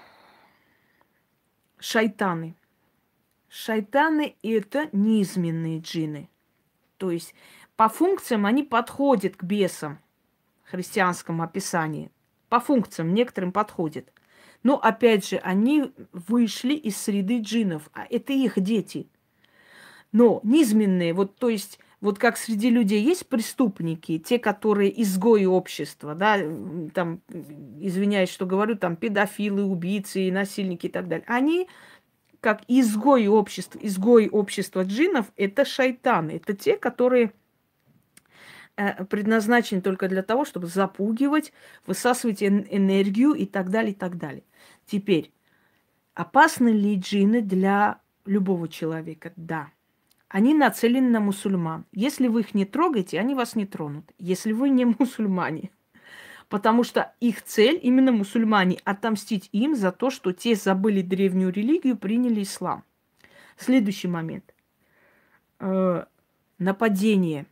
шайтаны. Шайтаны– это низменные джинны. То есть по функциям они подходят к бесам в христианском описании. По функциям некоторым подходят. Но опять же, они вышли из среды джиннов, а это их дети. Но низменные, вот то есть, вот как среди людей есть преступники, те, которые изгои общества, да, м, там, м, извиняюсь, что говорю, там педофилы, убийцы, насильники и так далее. Они как изгои общества, изгои общества джиннов, это шайтаны, это те, которые э, предназначены только для того, чтобы запугивать, высасывать эн- энергию и так далее, и так далее. Теперь, опасны ли джинны для любого человека? Да. Они нацелены на мусульман. Если вы их не трогаете, они вас не тронут. Если вы не мусульмане. Потому что их цель, именно мусульмане, отомстить им за то, что те забыли древнюю религию, приняли ислам. Следующий момент. Э, нападение.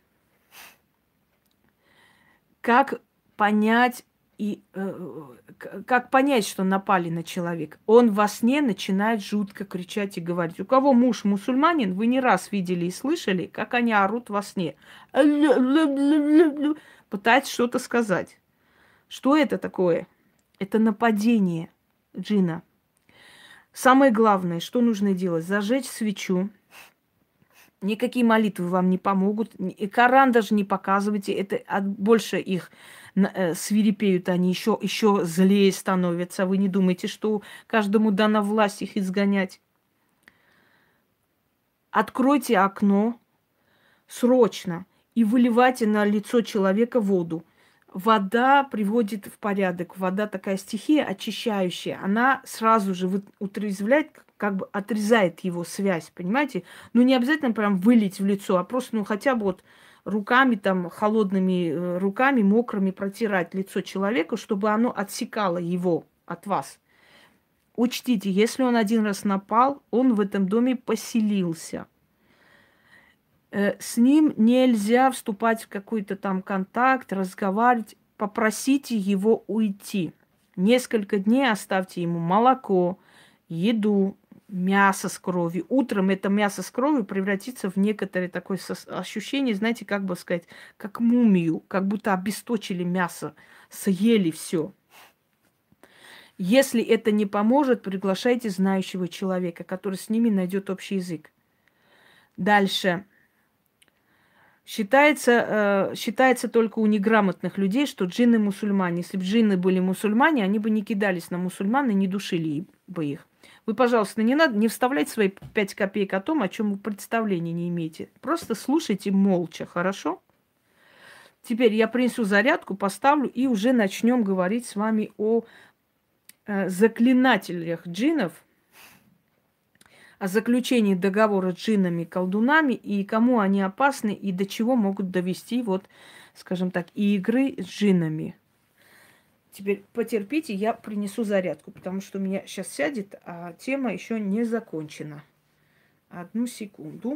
Как понять и э, к- как понять, что напали на человека? Он во сне начинает жутко кричать и говорить. У кого муж мусульманин, вы не раз видели и слышали, как они орут во сне. Пытаются что-то сказать. Что это такое? Это нападение джина. Самое главное, что нужно делать? Зажечь свечу. Никакие молитвы вам не помогут. И Коран даже не показывайте. Это от, больше их на- э, свирепеют они, еще, еще злее становятся. Вы не думайте, что каждому дана власть их изгонять. Откройте окно срочно и выливайте на лицо человека воду. Вода приводит в порядок. Вода такая стихия очищающая. Она сразу же вы- утрезвляет, как бы отрезает его связь, понимаете? Ну, не обязательно прям вылить в лицо, а просто, ну, хотя бы вот руками, там, холодными э, руками, мокрыми протирать лицо человека, чтобы оно отсекало его от вас. Учтите, если он один раз напал, он в этом доме поселился. Э, С ним нельзя вступать в какой-то там контакт, разговаривать. Попросите его уйти. Несколько дней оставьте ему молоко, еду, мясо с кровью. Утром это мясо с кровью превратится в некоторое такое сос- ощущение, знаете, как бы сказать, как мумию, как будто обесточили мясо, съели все. Если это не поможет, приглашайте знающего человека, который с ними найдет общий язык. Дальше. Считается, э, считается только у неграмотных людей, что джинны мусульмане. Если бы джинны были мусульмане, они бы не кидались на мусульман и не душили бы их. Вы, пожалуйста, не надо не вставлять свои пять копеек о том, о чем вы представления не имеете. Просто слушайте молча, хорошо? Теперь я принесу зарядку, поставлю и уже начнем говорить с вами о э, заклинателях джиннов, о заключении договора с джиннами и колдунами, и кому они опасны, и до чего могут довести, вот, скажем так, и игры с джиннами. Теперь потерпите, я принесу зарядку, потому что у меня сейчас сядет, а тема еще не закончена. Одну секунду.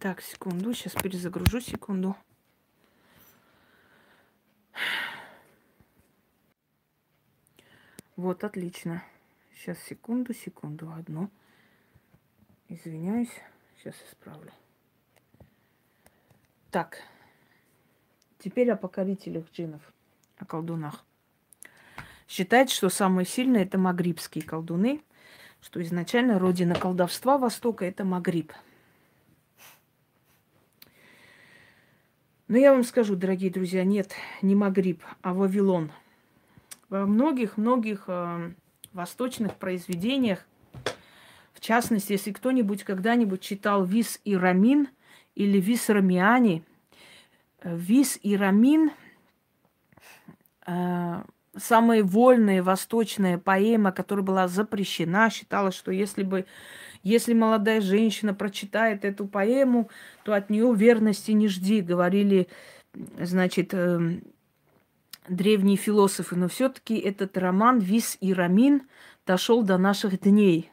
Так, секунду, сейчас перезагружу, секунду. Вот, отлично. Сейчас, секунду, секунду, одну. Извиняюсь, сейчас исправлю. Так, теперь о покорителях джиннов, о колдунах. Считается, что самые сильные это магрибские колдуны, что изначально родина колдовства Востока это Магриб. Но я вам скажу, дорогие друзья, нет, не Магриб, а Вавилон. Во многих-многих э, восточных произведениях, в частности, если кто-нибудь когда-нибудь читал Вис и Рамин или Вис Рамиани, Вис и Рамин э, самая вольная восточная поэма, которая была запрещена, считалось, что если бы если молодая женщина прочитает эту поэму, то от нее верности не жди, говорили, значит, э, древние философы. Но все-таки этот роман Вис и Рамин дошел до наших дней.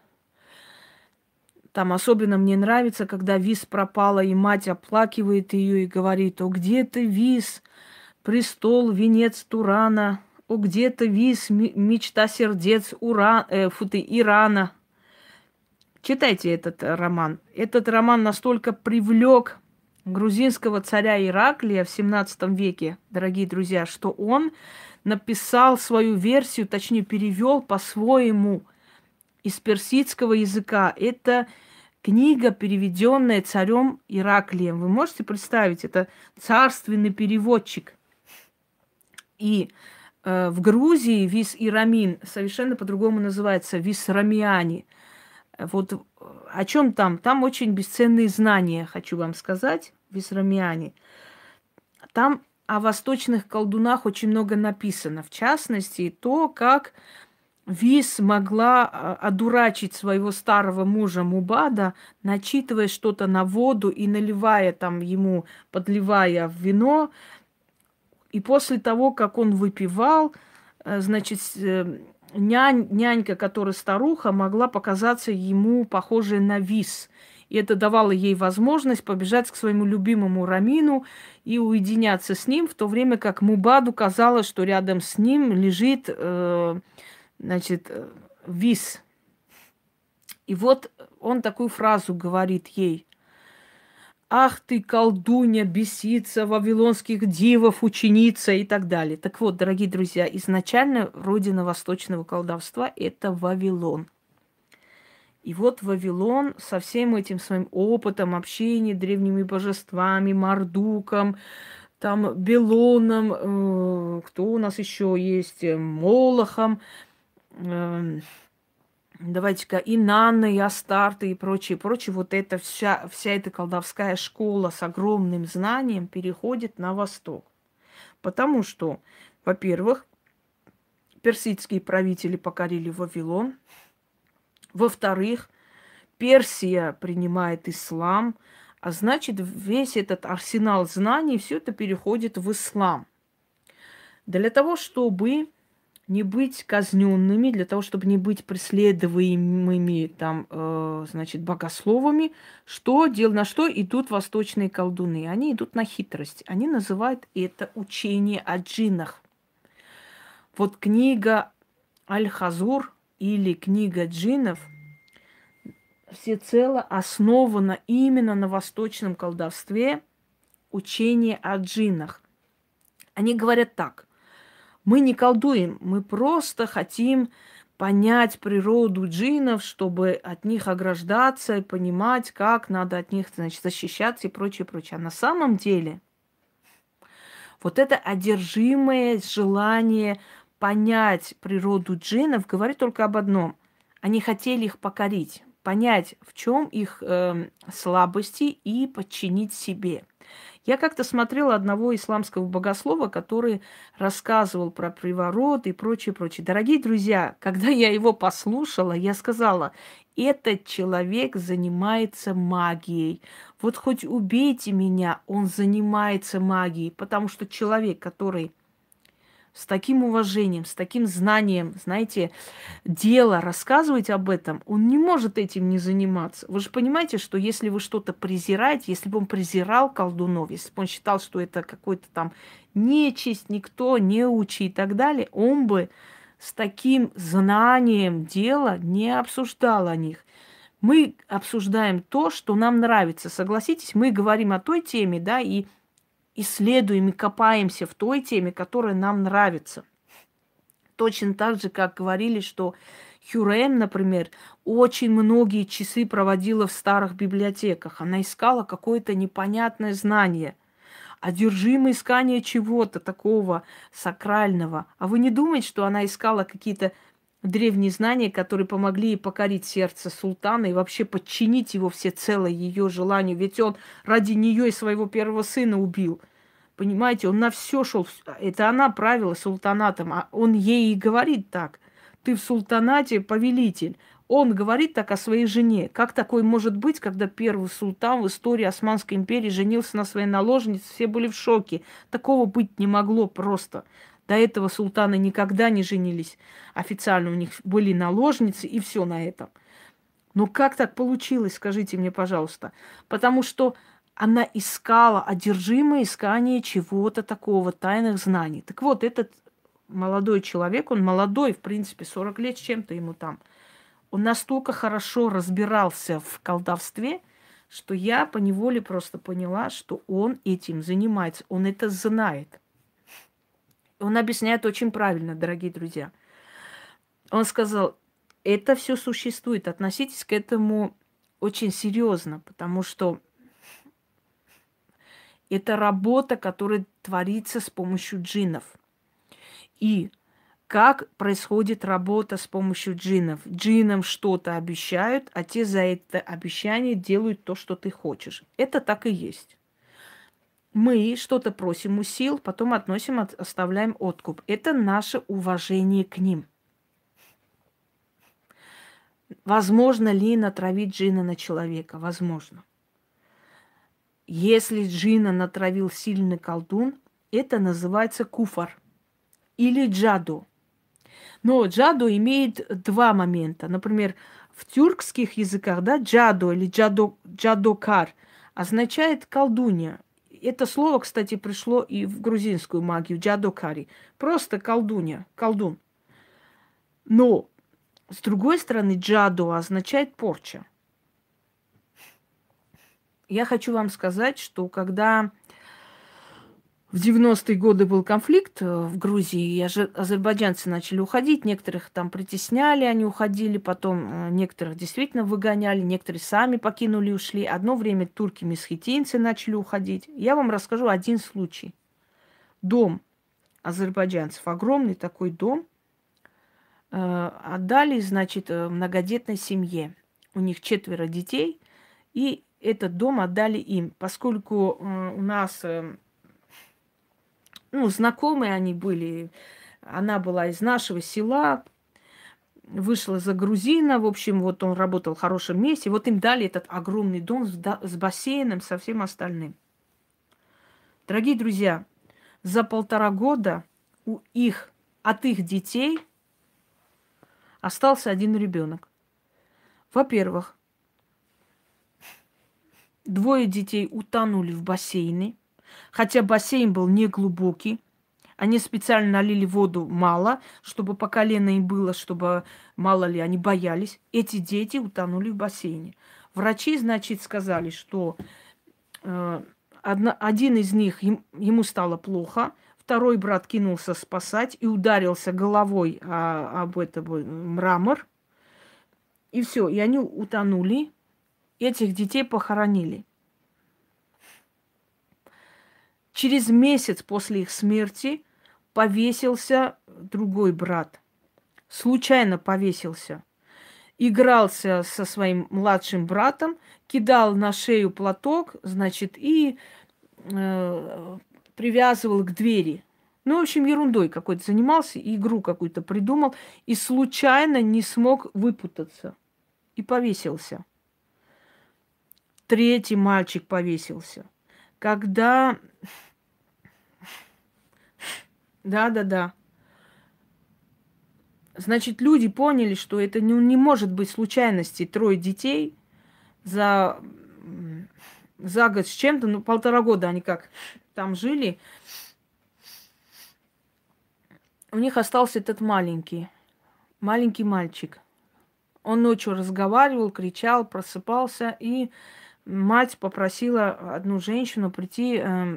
Там особенно мне нравится, когда Вис пропала, и мать оплакивает ее и говорит: «О, где ты, Вис, престол, венец Турана? О, где ты, Вис, мечта сердец Ура... э, фу ты, Ирана?» Читайте этот роман. Этот роман настолько привлек грузинского царя Ираклия в семнадцатом веке, дорогие друзья, что он написал свою версию, точнее перевел по-своему из персидского языка. Это книга, переведенная царем Ираклием. Вы можете представить, это царственный переводчик. И э, в Грузии Вис и Рамин совершенно по-другому называется Вис Рамиани. Вот о чем там? Там очень бесценные знания, хочу вам сказать, в Исрамиане. Там о восточных колдунах очень много написано. В частности, то, как Вис могла одурачить своего старого мужа Мубада, начитывая что-то на воду и наливая там ему, подливая в вино. И после того, как он выпивал, значит, Нянь, нянька, которая старуха, могла показаться ему похожей на Вис. И это давало ей возможность побежать к своему любимому Рамину и уединяться с ним, в то время как Мубаду казалось, что рядом с ним лежит, э, значит, Вис. И вот он такую фразу говорит ей: «Ах ты, колдунья, бесица, вавилонских дивов, ученица» и так далее. Так вот, дорогие друзья, изначально родина восточного колдовства – это Вавилон. И вот Вавилон со всем этим своим опытом общения древними божествами, Мардуком, там, Белоном, э, кто у нас еще есть, Молохом, э, давайте-ка, и Нанна, и Астарты, и прочее, прочее. Вот эта вся, вся эта колдовская школа с огромным знанием переходит на восток. Потому что, во-первых, персидские правители покорили Вавилон. Во-вторых, Персия принимает ислам. А значит, весь этот арсенал знаний, все это переходит в ислам. Для того, чтобы не быть казненными, для того, чтобы не быть преследуемыми там, э, значит, богословами, что дел, на что идут восточные колдуны? Они идут на хитрость. Они называют это учение о джиннах. Вот книга Аль-Хазур или книга джиннов всецело основана именно на восточном колдовстве, учение о джиннах. Они говорят так: мы не колдуем, мы просто хотим понять природу джиннов, чтобы от них ограждаться и понимать, как надо от них, значит, защищаться и прочее, прочее. А на самом деле вот это одержимое желание понять природу джиннов говорит только об одном. Они хотели их покорить, понять, в чем их э, слабости, и подчинить себе. Я как-то смотрела одного исламского богослова, который рассказывал про приворот и прочее, прочее. Дорогие друзья, когда я его послушала, я сказала: этот человек занимается магией. Вот хоть убейте меня, он занимается магией. Потому что человек, который с таким уважением, с таким знанием, знаете, дела, рассказывать об этом, он не может этим не заниматься. Вы же понимаете, что если вы что-то презираете, если бы он презирал колдунов, если бы он считал, что это какой-то там нечисть, никто, неучи и так далее, он бы с таким знанием дела не обсуждал о них. Мы обсуждаем то, что нам нравится. Согласитесь, мы говорим о той теме, да, и исследуем и копаемся в той теме, которая нам нравится. Точно так же, как говорили, что Хюррем, например, очень многие часы проводила в старых библиотеках. Она искала какое-то непонятное знание, одержимое искание чего-то такого сакрального. А вы не думаете, что она искала какие-то древние знания, которые помогли ей покорить сердце султана и вообще подчинить его всецело ее желанию? Ведь он ради нее и своего первого сына убил. Понимаете, он на все шел. Это она правила султанатом, а он ей и говорит так. Ты в султанате повелитель. Он говорит так о своей жене. Как такое может быть, когда первый султан в истории Османской империи женился на своей наложнице? Все были в шоке. Такого быть не могло просто. До этого султаны никогда не женились. Официально у них были наложницы, и все на этом. Но как так получилось, скажите мне, пожалуйста? Потому что она искала, одержимое искание чего-то такого, тайных знаний. Так вот, этот молодой человек, он молодой, в принципе, сорок лет с чем-то ему там, он настолько хорошо разбирался в колдовстве, что я поневоле просто поняла, что он этим занимается, он это знает. Он объясняет очень правильно, дорогие друзья. Он сказал, это все существует, относитесь к этому очень серьезно, потому что это работа, которая творится с помощью джиннов. И как происходит работа с помощью джиннов? Джиннам что-то обещают, а те за это обещание делают то, что ты хочешь. Это так и есть. Мы что-то просим у сил, потом относим, оставляем откуп. Это наше уважение к ним. Возможно ли натравить джинна на человека? Возможно. Если джинна натравил сильный колдун, это называется куфар или джаду. Но джаду имеет два момента. Например, в тюркских языках, да, джаду или джадо, джадокар означает колдунья. Это слово, кстати, пришло и в грузинскую магию, джадокари. Просто колдунья, колдун. Но, с другой стороны, джаду означает порча. Я хочу вам сказать, что когда в девяностые годы был конфликт в Грузии, и азербайджанцы начали уходить, некоторых там притесняли, они уходили, потом некоторых действительно выгоняли, некоторые сами покинули и ушли. Одно время турки-месхетинцы начали уходить. Я вам расскажу один случай. Дом азербайджанцев, огромный такой дом, отдали, значит, многодетной семье. У них четверо детей, и этот дом отдали им, поскольку у нас... Ну, знакомые они были. Она была из нашего села, вышла за грузина. В общем, вот он работал в хорошем месте. Вот им дали этот огромный дом с бассейном, со всем остальным. Дорогие друзья, за полтора года у их, от их детей остался один ребенок. Во-первых, двое детей утонули в бассейне. Хотя бассейн был не глубокий. Они специально налили воду мало, чтобы по колено им было, чтобы, мало ли, они боялись. Эти дети утонули в бассейне. Врачи, значит, сказали, что э, одна, один из них, им, ему стало плохо, второй брат кинулся спасать и ударился головой о, об этот мрамор. И все, и они утонули. Этих детей похоронили. Через месяц после их смерти повесился другой брат. Случайно повесился. Игрался со своим младшим братом, кидал на шею платок, значит, и э, привязывал к двери. Ну, в общем, ерундой какой-то занимался, игру какую-то придумал, и случайно не смог выпутаться. И повесился. Третий мальчик повесился. Когда... Да-да-да. Значит, люди поняли, что это не, не может быть случайности. Трое детей за, м, за год с чем-то, ну, полтора года они как там жили. У них остался этот маленький, маленький мальчик. Он ночью разговаривал, кричал, просыпался, и мать попросила одну женщину прийти э,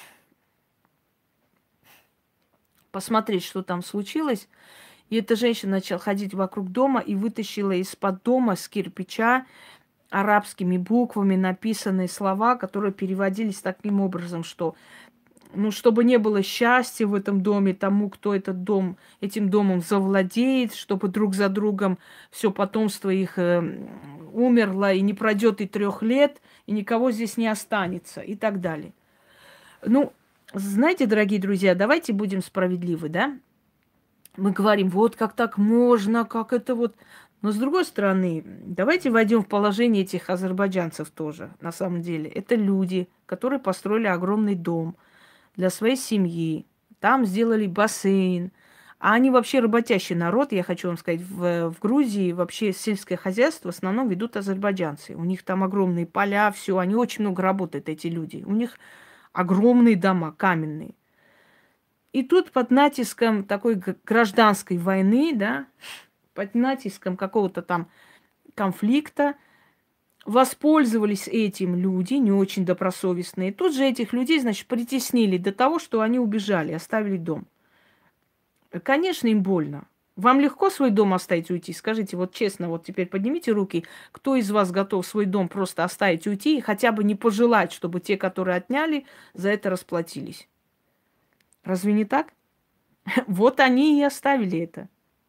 посмотреть, что там случилось. И эта женщина начала ходить вокруг дома и вытащила из-под дома с кирпича арабскими буквами написанные слова, которые переводились таким образом, что ну, чтобы не было счастья в этом доме тому, кто этот дом, этим домом завладеет, чтобы друг за другом все потомство их э, умерло, и не пройдет и трех лет, и никого здесь не останется, и так далее. Ну, знаете, дорогие друзья, давайте будем справедливы, да? Мы говорим, вот как так можно, как это вот. Но с другой стороны, давайте войдем в положение этих азербайджанцев тоже, на самом деле. Это люди, которые построили огромный дом для своей семьи. Там сделали бассейн. А они вообще работящий народ, я хочу вам сказать. В, в Грузии вообще сельское хозяйство в основном ведут азербайджанцы. У них там огромные поля, все. Они очень много работают, эти люди. У них огромные дома, каменные. И тут под натиском такой гражданской войны, да, под натиском какого-то там конфликта воспользовались этим люди, не очень добросовестные. Тут же этих людей, значит, притеснили до того, что они убежали, оставили дом. Конечно, им больно. Вам легко свой дом оставить и уйти? Скажите, вот честно, вот теперь поднимите руки, кто из вас готов свой дом просто оставить и уйти, и хотя бы не пожелать, чтобы те, которые отняли, за это расплатились? Разве не так? Вот они и оставили это.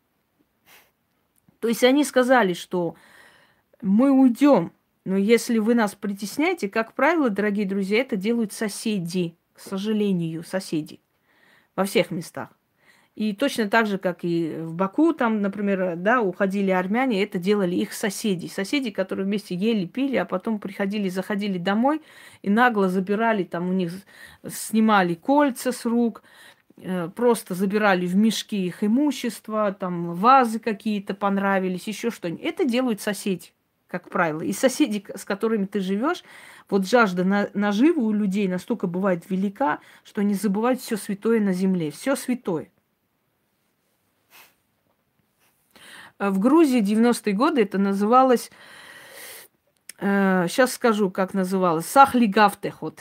То есть они сказали, что мы уйдем, но если вы нас притесняете, как правило, дорогие друзья, это делают соседи, к сожалению, соседи во всех местах. И точно так же, как и в Баку, там, например, да, уходили армяне, это делали их соседи. Соседи, которые вместе ели, пили, а потом приходили, заходили домой и нагло забирали, там у них снимали кольца с рук, просто забирали в мешки их имущество, там вазы какие-то понравились, еще что-нибудь. Это делают соседи, как правило. И соседи, с которыми ты живешь, вот жажда на, наживы у людей настолько бывает велика, что они забывают все святое на земле. Все святое. В Грузии девяностые годы это называлось, э, сейчас скажу, как называлось, сахлигавтехот.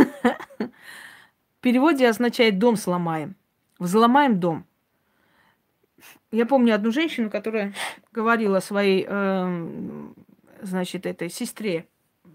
В переводе означает «дом сломаем». Взломаем дом. Я помню одну женщину, которая говорила своей, э, значит, этой сестре: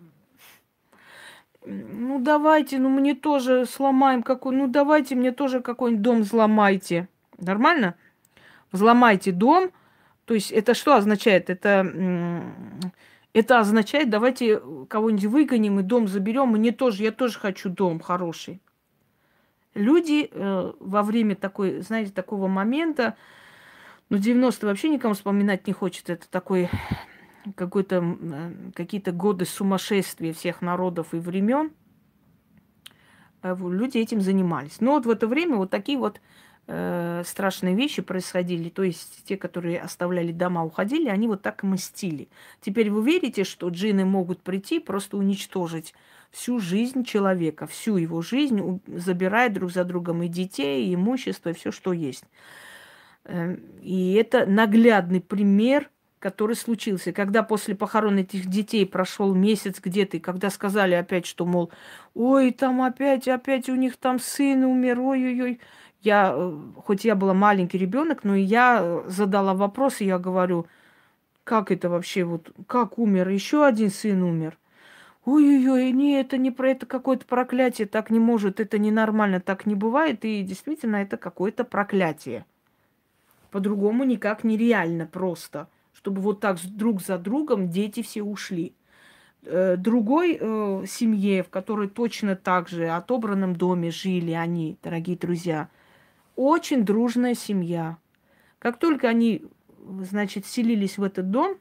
ну давайте, ну мне тоже сломаем какой, ну давайте мне тоже какой-нибудь дом взломайте. Нормально? Взломайте дом. То есть это что означает? Это, это означает, давайте кого-нибудь выгоним и дом заберем. Мне тоже, я тоже хочу дом хороший. Люди э, во время такой, знаете, такого момента, ну, девяностые вообще никому вспоминать не хочет. Это такой какой-то, э, какие-то годы сумасшествия всех народов и времен. Э, люди этим занимались. Но вот в это время вот такие вот э, страшные вещи происходили. То есть те, которые оставляли дома, уходили, они вот так и мстили. Теперь вы верите, что джинны могут прийти, просто уничтожить всю жизнь человека, всю его жизнь, забирая друг за другом и детей, и имущество, и все, что есть. И это наглядный пример, который случился. Когда после похорон этих детей прошел месяц где-то, и когда сказали опять, что, мол, ой, там опять, опять у них там сын умер, ой-ой-ой. Я, хоть я была маленький ребенок, но я задала вопрос, и я говорю, как это вообще, вот, как умер? Еще один сын умер. Ой-ой-ой, не, это не про это какое-то проклятие, так не может, это ненормально, так не бывает, и действительно это какое-то проклятие. По-другому никак нереально просто, чтобы вот так друг за другом дети все ушли. Другой э, семье, в которой точно так же отобранном доме жили они, дорогие друзья, очень дружная семья. Как только они, значит, селились в этот дом,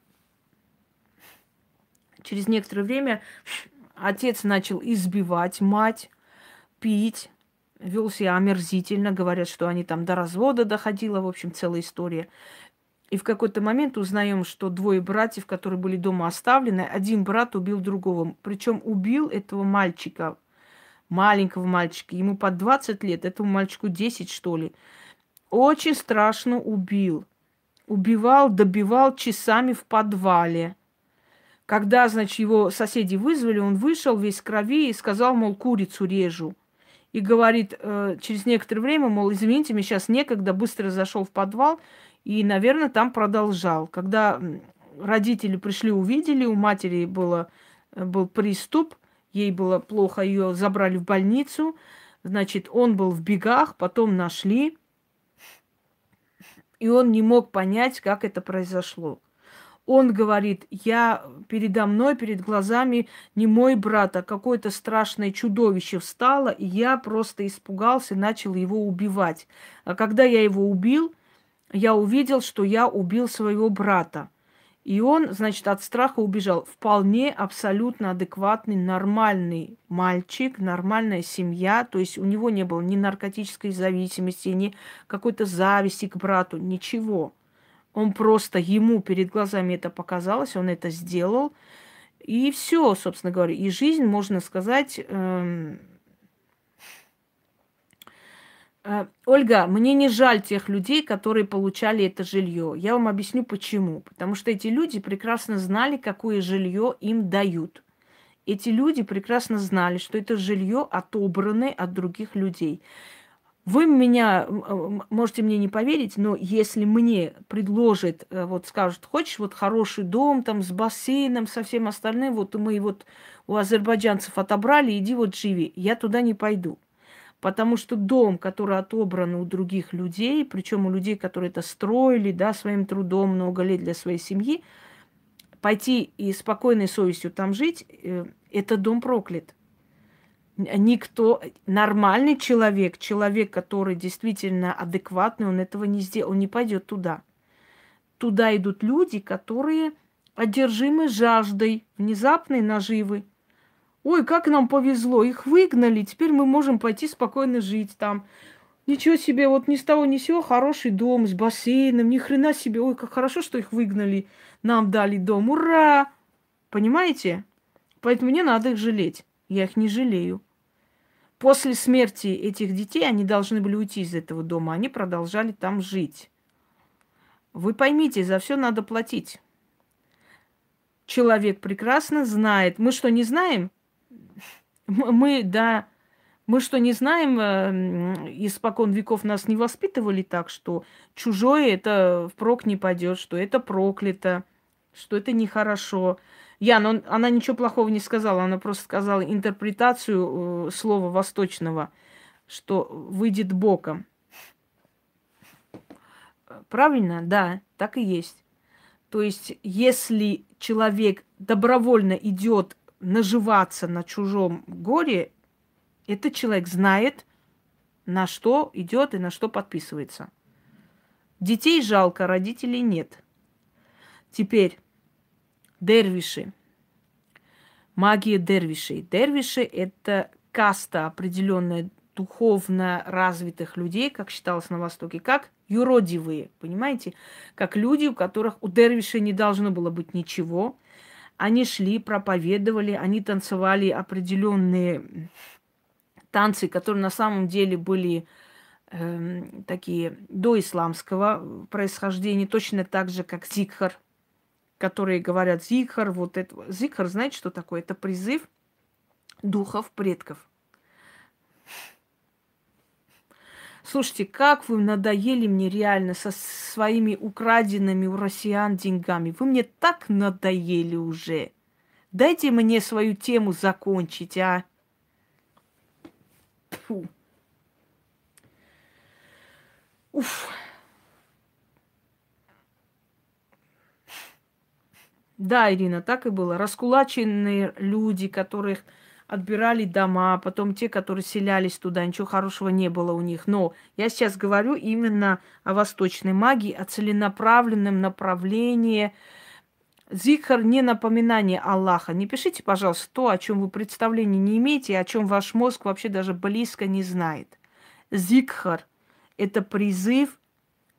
через некоторое время отец начал избивать мать, пить, вел себя омерзительно. Говорят, что они там до развода доходило. В общем, целая история. И в какой-то момент узнаем, что двое братьев, которые были дома оставлены, один брат убил другого. Причем убил этого мальчика, маленького мальчика, ему под двадцать лет, этому мальчику десять, что ли. Очень страшно убил. Убивал, добивал часами в подвале. Когда, значит, его соседи вызвали, он вышел весь в крови и сказал, мол, курицу режу. И говорит э, через некоторое время, мол, извините, мне сейчас некогда, быстро зашел в подвал и, наверное, там продолжал. Когда родители пришли, увидели, у матери было, был приступ, ей было плохо, ее забрали в больницу. Значит, он был в бегах, потом нашли, и он не мог понять, как это произошло. Он говорит, я передо мной, перед глазами не мой брат, а какое-то страшное чудовище встало, и я просто испугался, начал его убивать. А когда я его убил, я увидел, что я убил своего брата. И он, значит, от страха убежал. Вполне абсолютно адекватный, нормальный мальчик, нормальная семья. То есть у него не было ни наркотической зависимости, ни какой-то зависти к брату, ничего. Он просто, ему перед глазами это показалось, он это сделал. И все, собственно говоря. И жизнь, можно сказать... Эм... Э, Ольга, мне не жаль тех людей, которые получали это жилье. Я вам объясню почему. Потому что эти люди прекрасно знали, какое жилье им дают. Эти люди прекрасно знали, что это жилье отобрано от других людей. Вы меня можете мне не поверить, но если мне предложат, вот скажут, хочешь вот хороший дом там с бассейном, со всем остальным, вот мы вот у азербайджанцев отобрали, иди вот живи, я туда не пойду. Потому что дом, который отобран у других людей, причем у людей, которые это строили, да, своим трудом много лет для своей семьи, пойти и спокойной совестью там жить, это дом проклят. Никто, нормальный человек, человек, который действительно адекватный, он этого не сделает, он не пойдет туда. Туда идут люди, которые одержимы жаждой, внезапной наживы. Ой, как нам повезло, их выгнали, теперь мы можем пойти спокойно жить там. Ничего себе, вот ни с того ни с сего хороший дом с бассейном, ни хрена себе, ой, как хорошо, что их выгнали, нам дали дом, ура! Понимаете? Поэтому мне надо их жалеть, я их не жалею. После смерти этих детей они должны были уйти из этого дома. Они продолжали там жить. Вы поймите, за все надо платить. Человек прекрасно знает. Мы что, не знаем? Мы, да, мы что, не знаем? Испокон веков нас не воспитывали так, что чужое это впрок не пойдет, что это проклято, что это нехорошо. Ян, он, она ничего плохого не сказала, она просто сказала интерпретацию э, слова восточного, что выйдет боком. Правильно? Да, так и есть. То есть, если человек добровольно идет наживаться на чужом горе, этот человек знает, на что идет и на что подписывается. Детей жалко, родителей нет. Теперь дервиши. Магия дервишей. Дервиши – это каста определенная духовно развитых людей, как считалось на Востоке, как юродивые, понимаете? Как люди, у которых у дервишей не должно было быть ничего. Они шли, проповедовали, они танцевали определенные танцы, которые на самом деле были э, такие доисламского происхождения, точно так же, как зикхар, которые говорят зикхар, вот это. Зикхар, знаете, что такое? Это призыв духов предков. Слушайте, как вы надоели мне реально со своими украденными у россиян деньгами. Вы мне так надоели уже. Дайте мне свою тему закончить, а. Фу. Уф. Да, Ирина, так и было. Раскулаченные люди, которых отбирали дома, потом те, которые селялись туда, ничего хорошего не было у них. Но я сейчас говорю именно о восточной магии, о целенаправленном направлении. Зикхар не напоминание Аллаха. Не пишите, пожалуйста, то, о чем вы представления не имеете, о чем ваш мозг вообще даже близко не знает. Зикхар – это призыв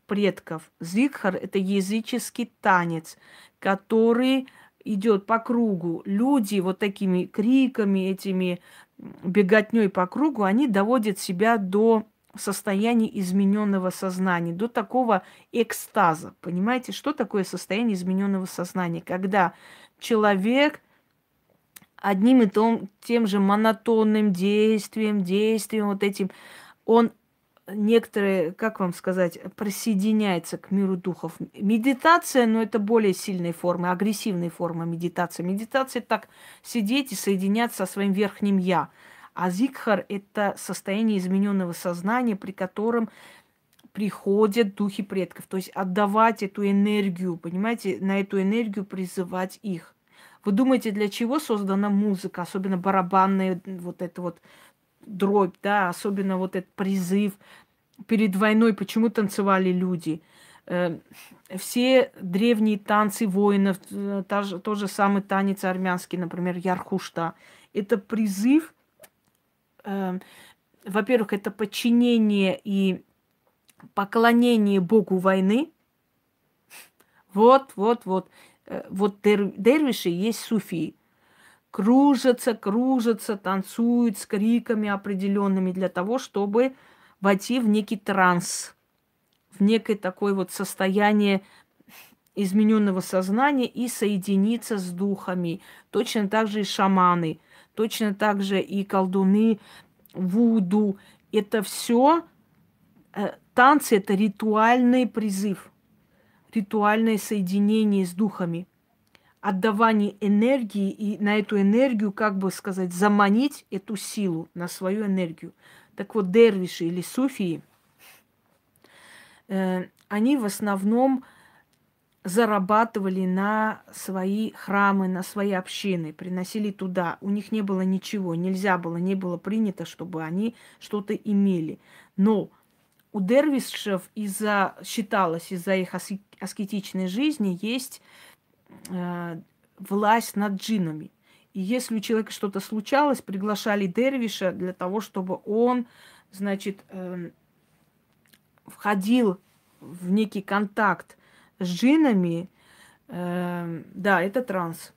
предков. Зикхар – это языческий танец, который идет по кругу. Люди вот такими криками, этими беготней по кругу, они доводят себя до состояния измененного сознания, до такого экстаза. Понимаете, что такое состояние измененного сознания? Когда человек одним и том, тем же монотонным действием, действием вот этим, он некоторые, как вам сказать, присоединяется к миру духов. Медитация, но это более сильная форма, агрессивная форма медитации. Медитация так сидеть и соединяться со своим верхним я. А зикхар – это состояние измененного сознания, при котором приходят духи предков. То есть отдавать эту энергию, понимаете, на эту энергию призывать их. Вы думаете, для чего создана музыка, особенно барабанная вот это вот дробь, да, особенно вот этот призыв. Перед войной почему танцевали люди? Э, все древние танцы воинов, э, та же, тот же самый танец армянский, например, Ярхушта. Это призыв, э, во-первых, это подчинение и поклонение богу войны. Вот, вот, вот. Э, вот дер, дервиши есть суфии. Кружатся, кружатся, танцуют с криками определенными для того, чтобы войти в некий транс, в некое такое вот состояние измененного сознания и соединиться с духами. Точно так же и шаманы, точно так же и колдуны, вуду. Это все э, танцы, это ритуальный призыв, ритуальное соединение с духами. Отдавание энергии и на эту энергию, как бы сказать, заманить эту силу на свою энергию. Так вот, дервиши или суфии, э, они в основном зарабатывали на свои храмы, на свои общины, приносили туда. У них не было ничего, нельзя было, не было принято, чтобы они что-то имели. Но у дервишев из-за, считалось, из-за их аскетичной жизни есть власть над джиннами. И если у человека что-то случалось, приглашали дервиша для того, чтобы он, значит, э, входил в некий контакт с джиннами. Э, да, это транс.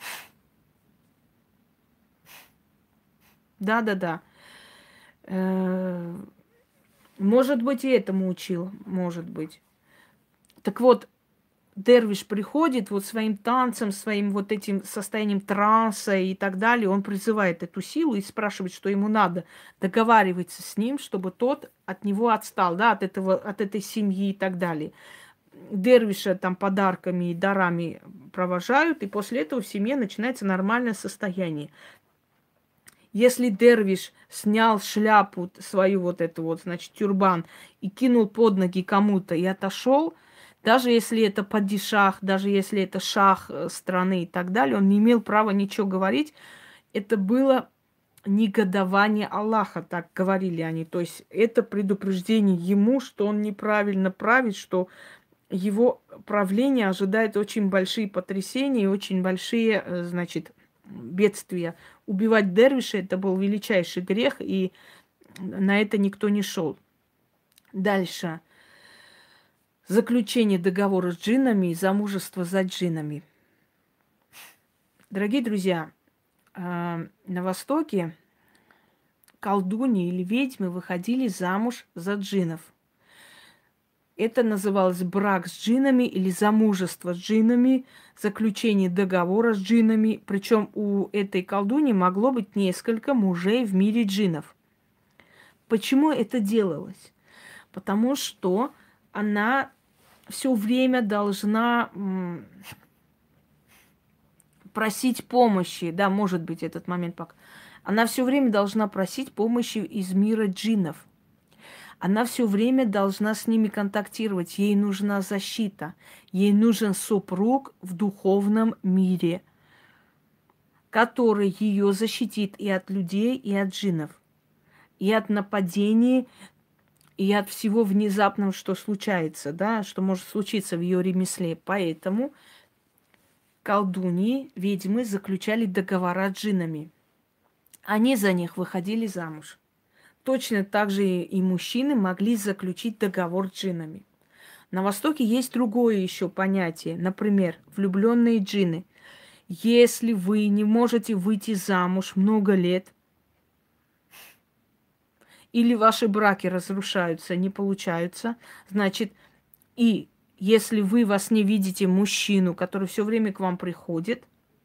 Да-да-да. Э, может быть, и этому учил, может быть. Так вот, дервиш приходит вот своим танцем, своим вот этим состоянием транса и так далее. Он призывает эту силу и спрашивает, что ему надо. Договаривается с ним, чтобы тот от него отстал, да, от, этого, от этой семьи и так далее. Дервиша там подарками и дарами провожают, и после этого в семье начинается нормальное состояние. Если дервиш снял шляпу свою вот эту вот, значит, тюрбан и кинул под ноги кому-то и отошел, даже если это падишах, даже если это шах страны и так далее, он не имел права ничего говорить. Это было негодование Аллаха, так говорили они. То есть это предупреждение ему, что он неправильно правит, что его правление ожидает очень большие потрясения и очень большие, значит, бедствия. Убивать дервиша – это был величайший грех, и на это никто не шел. Дальше. Заключение договора с джиннами и замужество за джиннами. Дорогие друзья, на Востоке колдуньи или ведьмы выходили замуж за джиннов. Это называлось брак с джиннами или замужество с джиннами, заключение договора с джиннами. Причем у этой колдуньи могло быть несколько мужей в мире джиннов. Почему это делалось? Потому что она все время должна м, просить помощи. Да, может быть, этот момент пока. Она все время должна просить помощи из мира джиннов. Она все время должна с ними контактировать. Ей нужна защита. Ей нужен супруг в духовном мире, который ее защитит и от людей, и от джиннов, и от нападений, и от всего внезапного, что случается, да, что может случиться в ее ремесле. Поэтому колдуньи, ведьмы заключали договора с джиннами. Они за них выходили замуж. Точно так же и мужчины могли заключить договор с джиннами. На Востоке есть другое еще понятие. Например, влюбленные джинны. Если вы не можете выйти замуж много лет, или ваши браки разрушаются, не получаются, значит, и если вы во сне видите мужчину, который все время к вам приходит,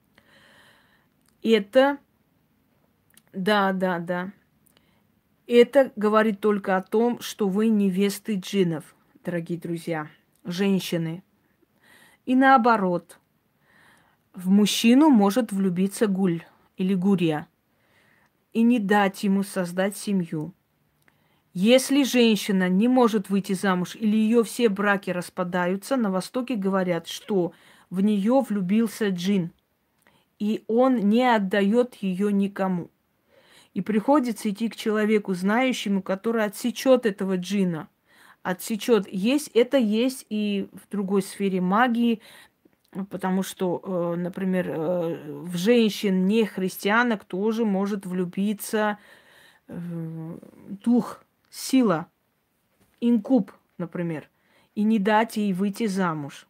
это, да, да, да, это говорит только о том, что вы невесты джиннов, дорогие друзья, женщины. И наоборот, в мужчину может влюбиться гуль или гурья и не дать ему создать семью. Если женщина не может выйти замуж или ее все браки распадаются, на Востоке говорят, что в нее влюбился джин, и он не отдает ее никому. И приходится идти к человеку, знающему, который отсечет этого джина. Отсечет. Есть, это есть и в другой сфере магии, потому что, э, например, э, в женщин не христианок тоже может влюбиться э, дух, сила, инкуб, например, и не дать ей выйти замуж.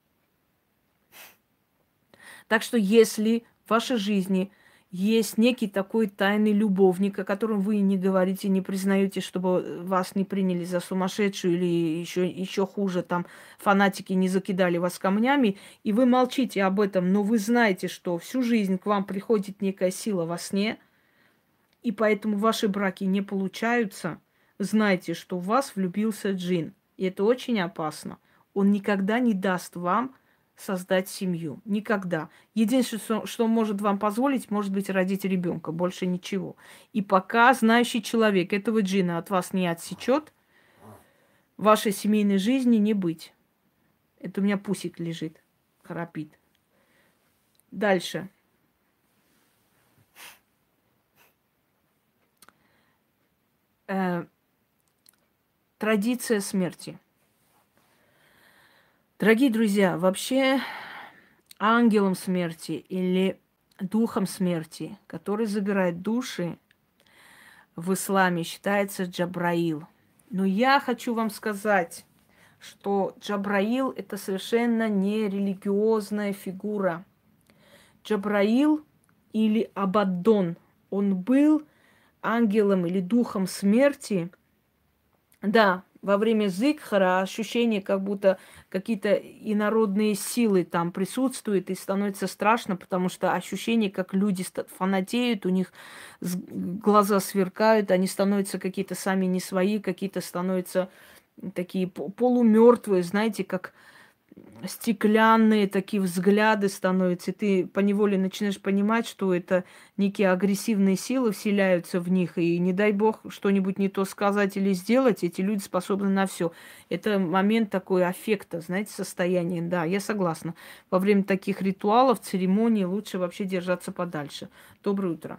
Так что если в вашей жизни есть некий такой тайный любовник, о котором вы не говорите, не признаете, чтобы вас не приняли за сумасшедшую или еще, еще хуже, там фанатики не закидали вас камнями, и вы молчите об этом, но вы знаете, что всю жизнь к вам приходит некая сила во сне, и поэтому ваши браки не получаются, знайте, что в вас влюбился джин. И это очень опасно. Он никогда не даст вам создать семью. Никогда. Единственное, что, что может вам позволить, может быть, родить ребенка. Больше ничего. И пока знающий человек этого джина от вас не отсечет, вашей семейной жизни не быть. Это у меня пусик лежит, храпит. Дальше. Э, традиция смерти. Дорогие друзья, вообще ангелом смерти или духом смерти, который забирает души, в исламе считается Джабраил. Но я хочу вам сказать, что Джабраил – это совершенно не религиозная фигура. Джабраил или Абаддон, он был ангелом или духом смерти. Да, во время зикхара ощущение, как будто какие-то инородные силы там присутствуют, и становится страшно, потому что ощущение, как люди фанатеют, у них глаза сверкают, они становятся какие-то сами не свои, какие-то становятся такие полумертвые, знаете, как стеклянные такие взгляды становятся, и ты поневоле начинаешь понимать, что это некие агрессивные силы вселяются в них, и не дай бог что-нибудь не то сказать или сделать, эти люди способны на все. Это момент такой аффекта, знаете, состояние. Да, я согласна. Во время таких ритуалов, церемоний лучше вообще держаться подальше. Доброе утро.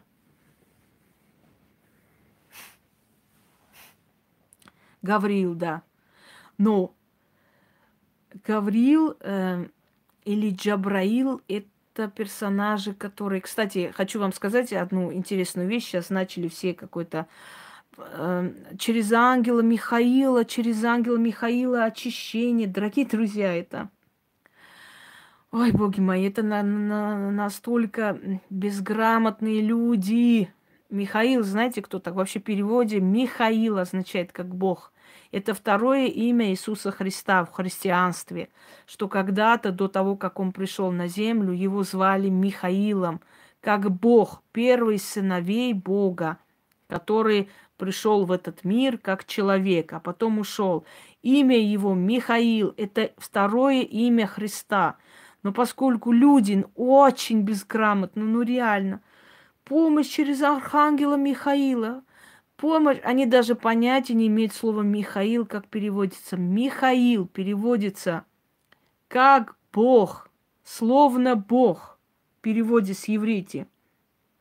Гавриил, да. Но Гавриил э, или Джабраил – это персонажи, которые… Кстати, хочу вам сказать одну интересную вещь. Сейчас начали все какой-то… Э, через ангела Михаила, через ангела Михаила очищение. Дорогие друзья, это… Ой, боги мои, это на, на, настолько безграмотные люди. Михаил, знаете, кто так? Вообще в переводе Михаил означает как Бог. Это второе имя Иисуса Христа в христианстве, что когда-то, до того, как он пришел на землю, его звали Михаилом, как Бог, первый из сыновей Бога, который пришел в этот мир как человек, а потом ушел. Имя его Михаил – это второе имя Христа. Но поскольку люди очень безграмотны, ну реально, помощь через архангела Михаила – помощь, они даже понятия не имеют слова Михаил, как переводится. Михаил переводится как Бог, словно Бог в переводе с иврите.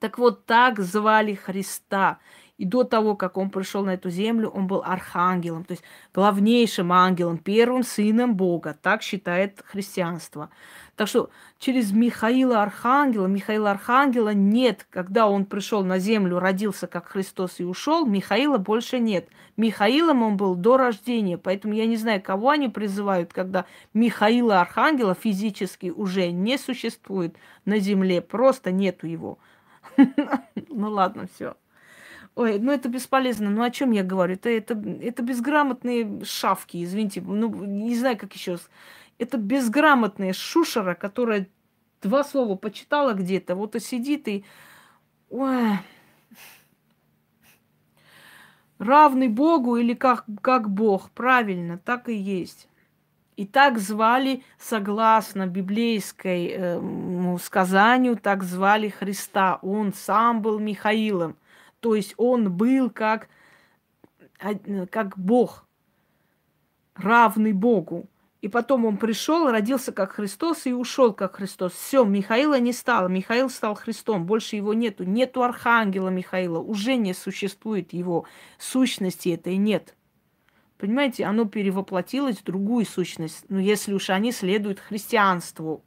Так вот, так звали Христа. И до того, как он пришел на эту землю, он был архангелом, то есть главнейшим ангелом, первым сыном Бога. Так считает христианство. Так что через Михаила Архангела, Михаила Архангела нет. Когда он пришел на землю, родился как Христос и ушел, Михаила больше нет. Михаилом он был до рождения. Поэтому я не знаю, кого они призывают, когда Михаила Архангела физически уже не существует на земле. Просто нету его. Ну ладно, все. Ой, ну это бесполезно. Ну о чем я говорю? Это, это, это безграмотные шавки, извините. Ну, не знаю, как еще. Это безграмотная шушера, которая два слова почитала где-то, вот и сидит и... Ой. Равный Богу или как, как Бог. Правильно, так и есть. И так звали, согласно библейской э, сказанию, так звали Христа. Он сам был Михаилом. То есть он был как, как Бог, равный Богу. И потом он пришел, родился как Христос и ушел как Христос. Все, Михаила не стало. Михаил стал Христом. Больше его нету. Нету архангела Михаила. Уже не существует его сущности этой нет. Понимаете, оно перевоплотилось в другую сущность. Но если уж они следуют христианству.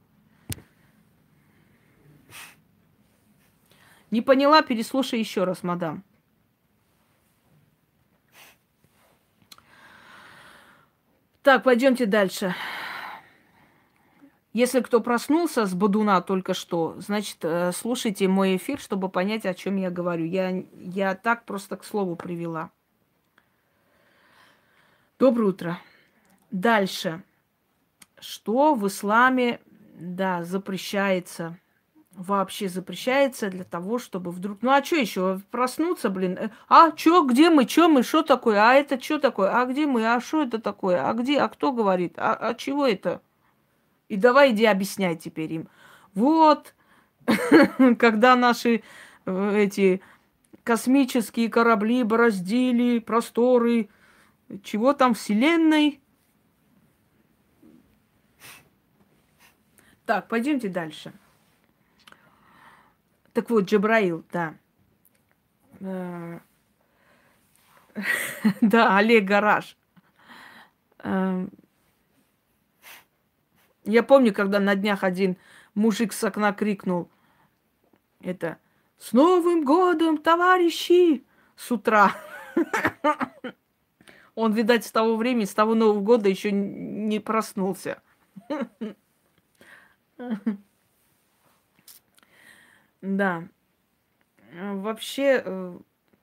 Не поняла, переслушай еще раз, мадам. Так, пойдемте дальше. Если кто проснулся с бодуна только что, значит, слушайте мой эфир, чтобы понять, о чем я говорю. Я, я так просто к слову привела. Доброе утро. Дальше. Что в исламе, да, запрещается, вообще запрещается для того, чтобы вдруг... Ну, а что еще? Проснуться, блин. А, что, где мы, что мы, что такое? А это что такое? А где мы? А что это такое? А где? А кто говорит? А, а чего это? И давай иди объясняй теперь им. Вот, когда наши эти космические корабли бороздили просторы, чего там, Вселенной. Так, пойдемте дальше. Так вот, Джабраил, да. Да, Олег Гараж. Я помню, когда на днях один мужик с окна крикнул, это, с Новым годом, товарищи, с утра. Он, видать, с того времени, с того Нового года еще не проснулся. Да. Вообще...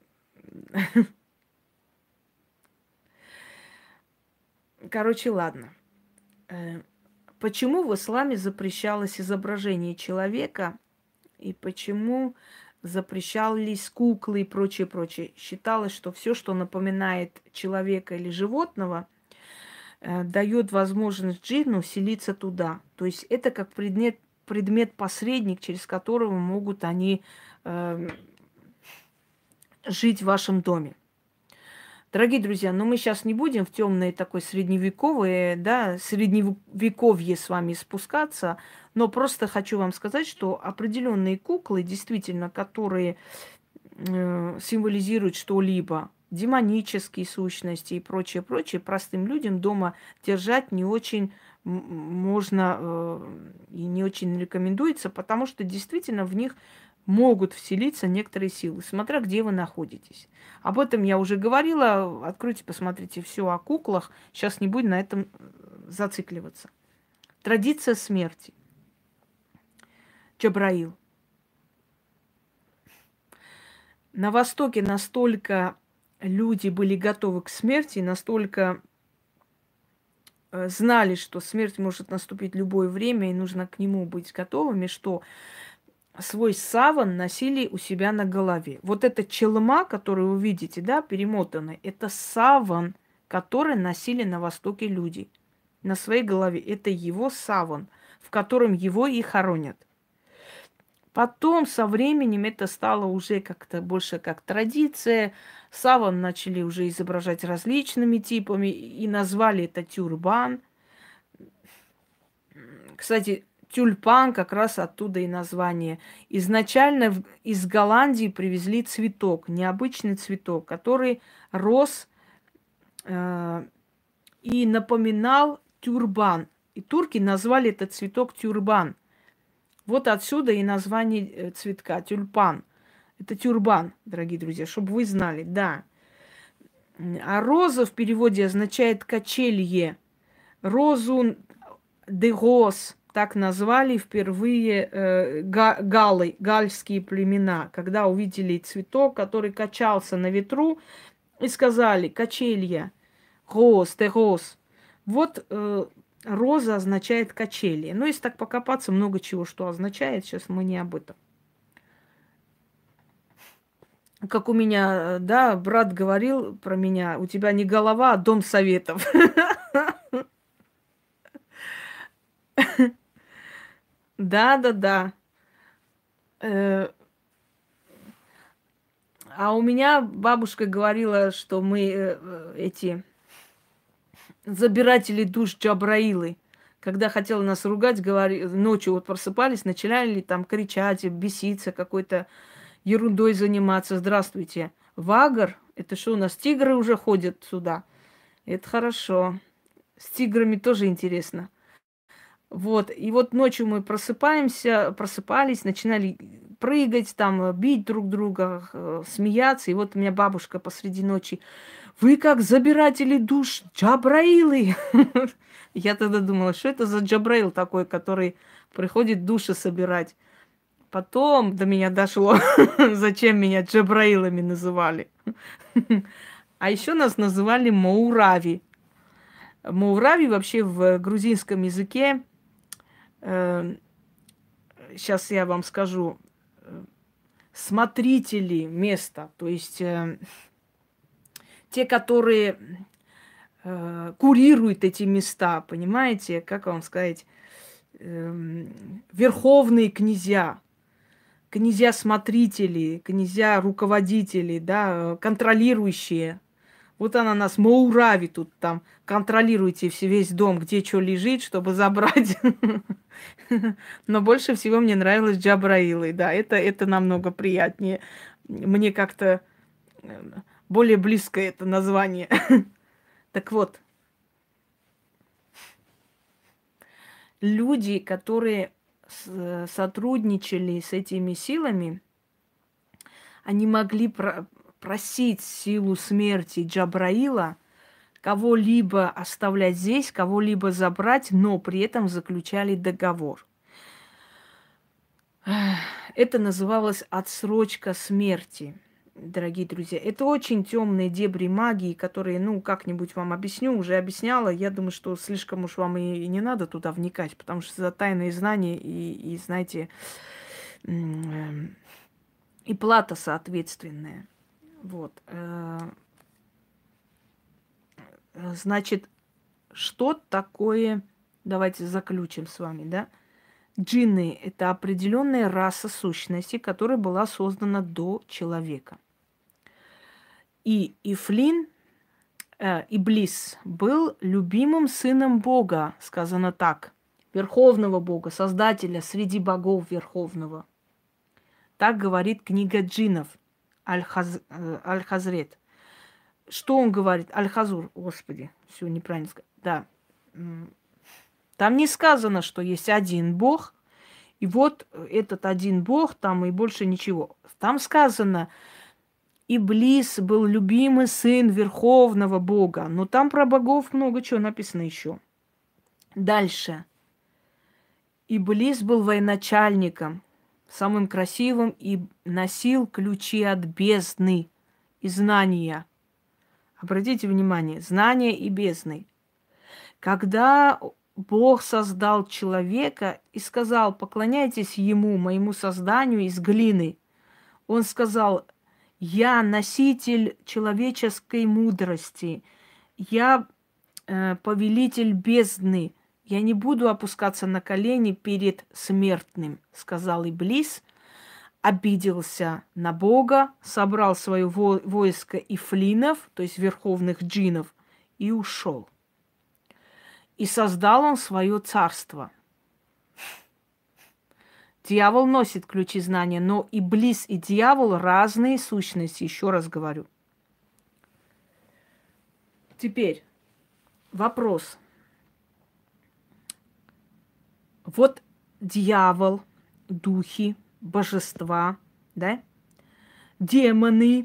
Короче, ладно. Почему в исламе запрещалось изображение человека и почему запрещались куклы и прочее, прочее? Считалось, что все, что напоминает человека или животного, дает возможность джинну селиться туда. То есть это как предмет, предмет-посредник, через которого могут они э, жить в вашем доме. Дорогие друзья, ну мы сейчас не будем в темное такое средневековое, да, средневековье с вами спускаться, но просто хочу вам сказать, что определенные куклы, действительно, которые э, символизируют что-либо, демонические сущности и прочее, прочее, простым людям дома держать не очень можно э, и не очень рекомендуется, потому что действительно в них могут вселиться некоторые силы, смотря где вы находитесь. Об этом я уже говорила. Откройте, посмотрите все о куклах. Сейчас не будем на этом зацикливаться. Традиция смерти. Джабраил. На Востоке настолько люди были готовы к смерти, настолько знали, что смерть может наступить в любое время, и нужно к нему быть готовыми, что свой саван носили у себя на голове. Вот эта челма, которую вы видите, да, перемотанная, это саван, который носили на Востоке люди на своей голове. Это его саван, в котором его и хоронят. Потом со временем это стало уже как-то больше как традиция. Саван начали уже изображать различными типами и назвали это тюрбан. Кстати, тюльпан как раз оттуда и название. Изначально из Голландии привезли цветок, необычный цветок, который рос э, и напоминал тюрбан. И турки назвали этот цветок тюрбан. Вот отсюда и название цветка тюльпан. Это тюрбан, дорогие друзья, чтобы вы знали, да. А роза в переводе означает качелье. Розу де роз так назвали впервые э, галы, гальские племена, когда увидели цветок, который качался на ветру, и сказали качелья, роз, де роз. Вот э, роза означает качелье. Ну, если так покопаться, много чего что означает, сейчас мы не об этом. Как у меня, да, брат говорил про меня, у тебя не голова, а дом советов. Да, да, да. А у меня бабушка говорила, что мы эти забиратели душ Джабраилы. Когда хотела нас ругать, говори, ночью вот просыпались, начинали там кричать, беситься, какой-то ерундой заниматься. Здравствуйте. Вагар? Это что, у нас тигры уже ходят сюда? Это хорошо. С тиграми тоже интересно. Вот. И вот ночью мы просыпаемся, просыпались, начинали прыгать, там, бить друг друга, смеяться. И вот у меня бабушка посреди ночи: вы как забиратели душ Джабраилы. Я тогда думала, что это за Джабраил такой, который приходит души собирать. Потом до меня дошло, зачем меня Джабраилами называли. А еще нас называли Маурави. Маурави вообще в грузинском языке, э, сейчас я вам скажу, э, смотрители места, то есть э, те, которые э, курируют эти места, понимаете, как вам сказать, э, верховные князья. Князья-смотрители, князья-руководители, да, контролирующие. Вот она нас, Маурави, тут там контролируйте весь дом, где что лежит, чтобы забрать. Но больше всего мне нравилось Джабраилы, да, это, это намного приятнее. Мне как-то более близкое это название. Так вот, люди, которые сотрудничали с этими силами, они могли про- просить силу смерти Джабраила кого-либо оставлять здесь, кого-либо забрать, но при этом заключали договор. Это называлось отсрочка смерти, дорогие друзья. Это очень темные дебри магии, которые, ну, как-нибудь вам объясню, уже объясняла. Я думаю, что слишком уж вам и, и не надо туда вникать, потому что за тайные знания и, и знаете, и плата соответственная. Вот. Значит, что такое, давайте заключим с вами, да? Джинны – это определенная раса сущности, которая была создана до человека. И Ифлин, э, Иблис, был любимым сыном Бога, сказано так, Верховного Бога, Создателя среди богов Верховного. Так говорит книга джиннов, Аль-Хаз, э, Аль-Хазрет. Что он говорит? Аль-Хазур, господи, все неправильно сказать. Да. Там не сказано, что есть один Бог, и вот этот один Бог, там и больше ничего. Там сказано, Иблис был любимый сын Верховного Бога, но там про богов много чего написано еще. Дальше. Иблис был военачальником, самым красивым, и носил ключи от бездны и знания. Обратите внимание, знания и бездны. Когда Бог создал человека и сказал: поклоняйтесь ему, моему созданию из глины, он сказал: я носитель человеческой мудрости, я э, повелитель бездны, я не буду опускаться на колени перед смертным, сказал Иблис, обиделся на Бога, собрал свое во- войско ифлинов, то есть верховных джиннов, и ушел. И создал он свое царство. Дьявол носит ключи знания, но Иблис и дьявол разные сущности, еще раз говорю. Теперь вопрос. Вот дьявол, духи, божества, да? Демоны.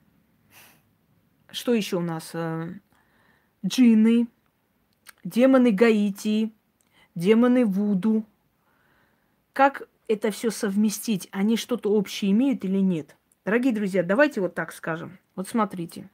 Что еще у нас? Джинны, демоны Гаити, демоны Вуду. Как это все совместить? Они что-то общее имеют или нет? Дорогие друзья, давайте вот так скажем. Вот смотрите.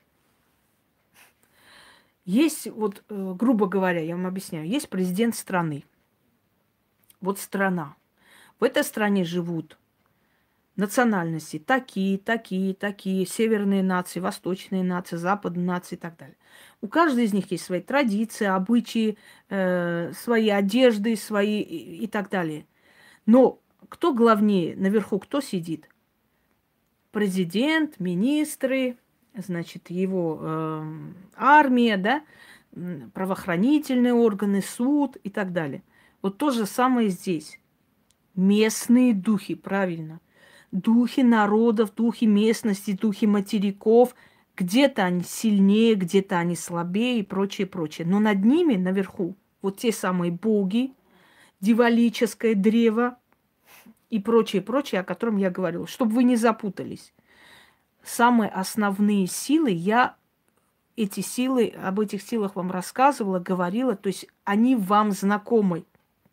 Есть, вот, грубо говоря, я вам объясняю, есть президент страны. Вот страна. В этой стране живут национальности такие, такие, такие, северные нации, восточные нации, западные нации и так далее. У каждой из них есть свои традиции, обычаи, э, свои одежды, свои и, и так далее. Но кто главнее наверху, кто сидит? Президент, министры, значит, его э, армия, да, правоохранительные органы, суд и так далее. Вот то же самое здесь. Местные духи, правильно. Духи народов, духи местности, духи материков. Где-то они сильнее, где-то они слабее и прочее, прочее. Но над ними, наверху, вот те самые боги, дьяволическое древо и прочее, прочее, о котором я говорила, чтобы вы не запутались. Самые основные силы, я эти силы, об этих силах вам рассказывала, говорила, то есть они вам знакомы.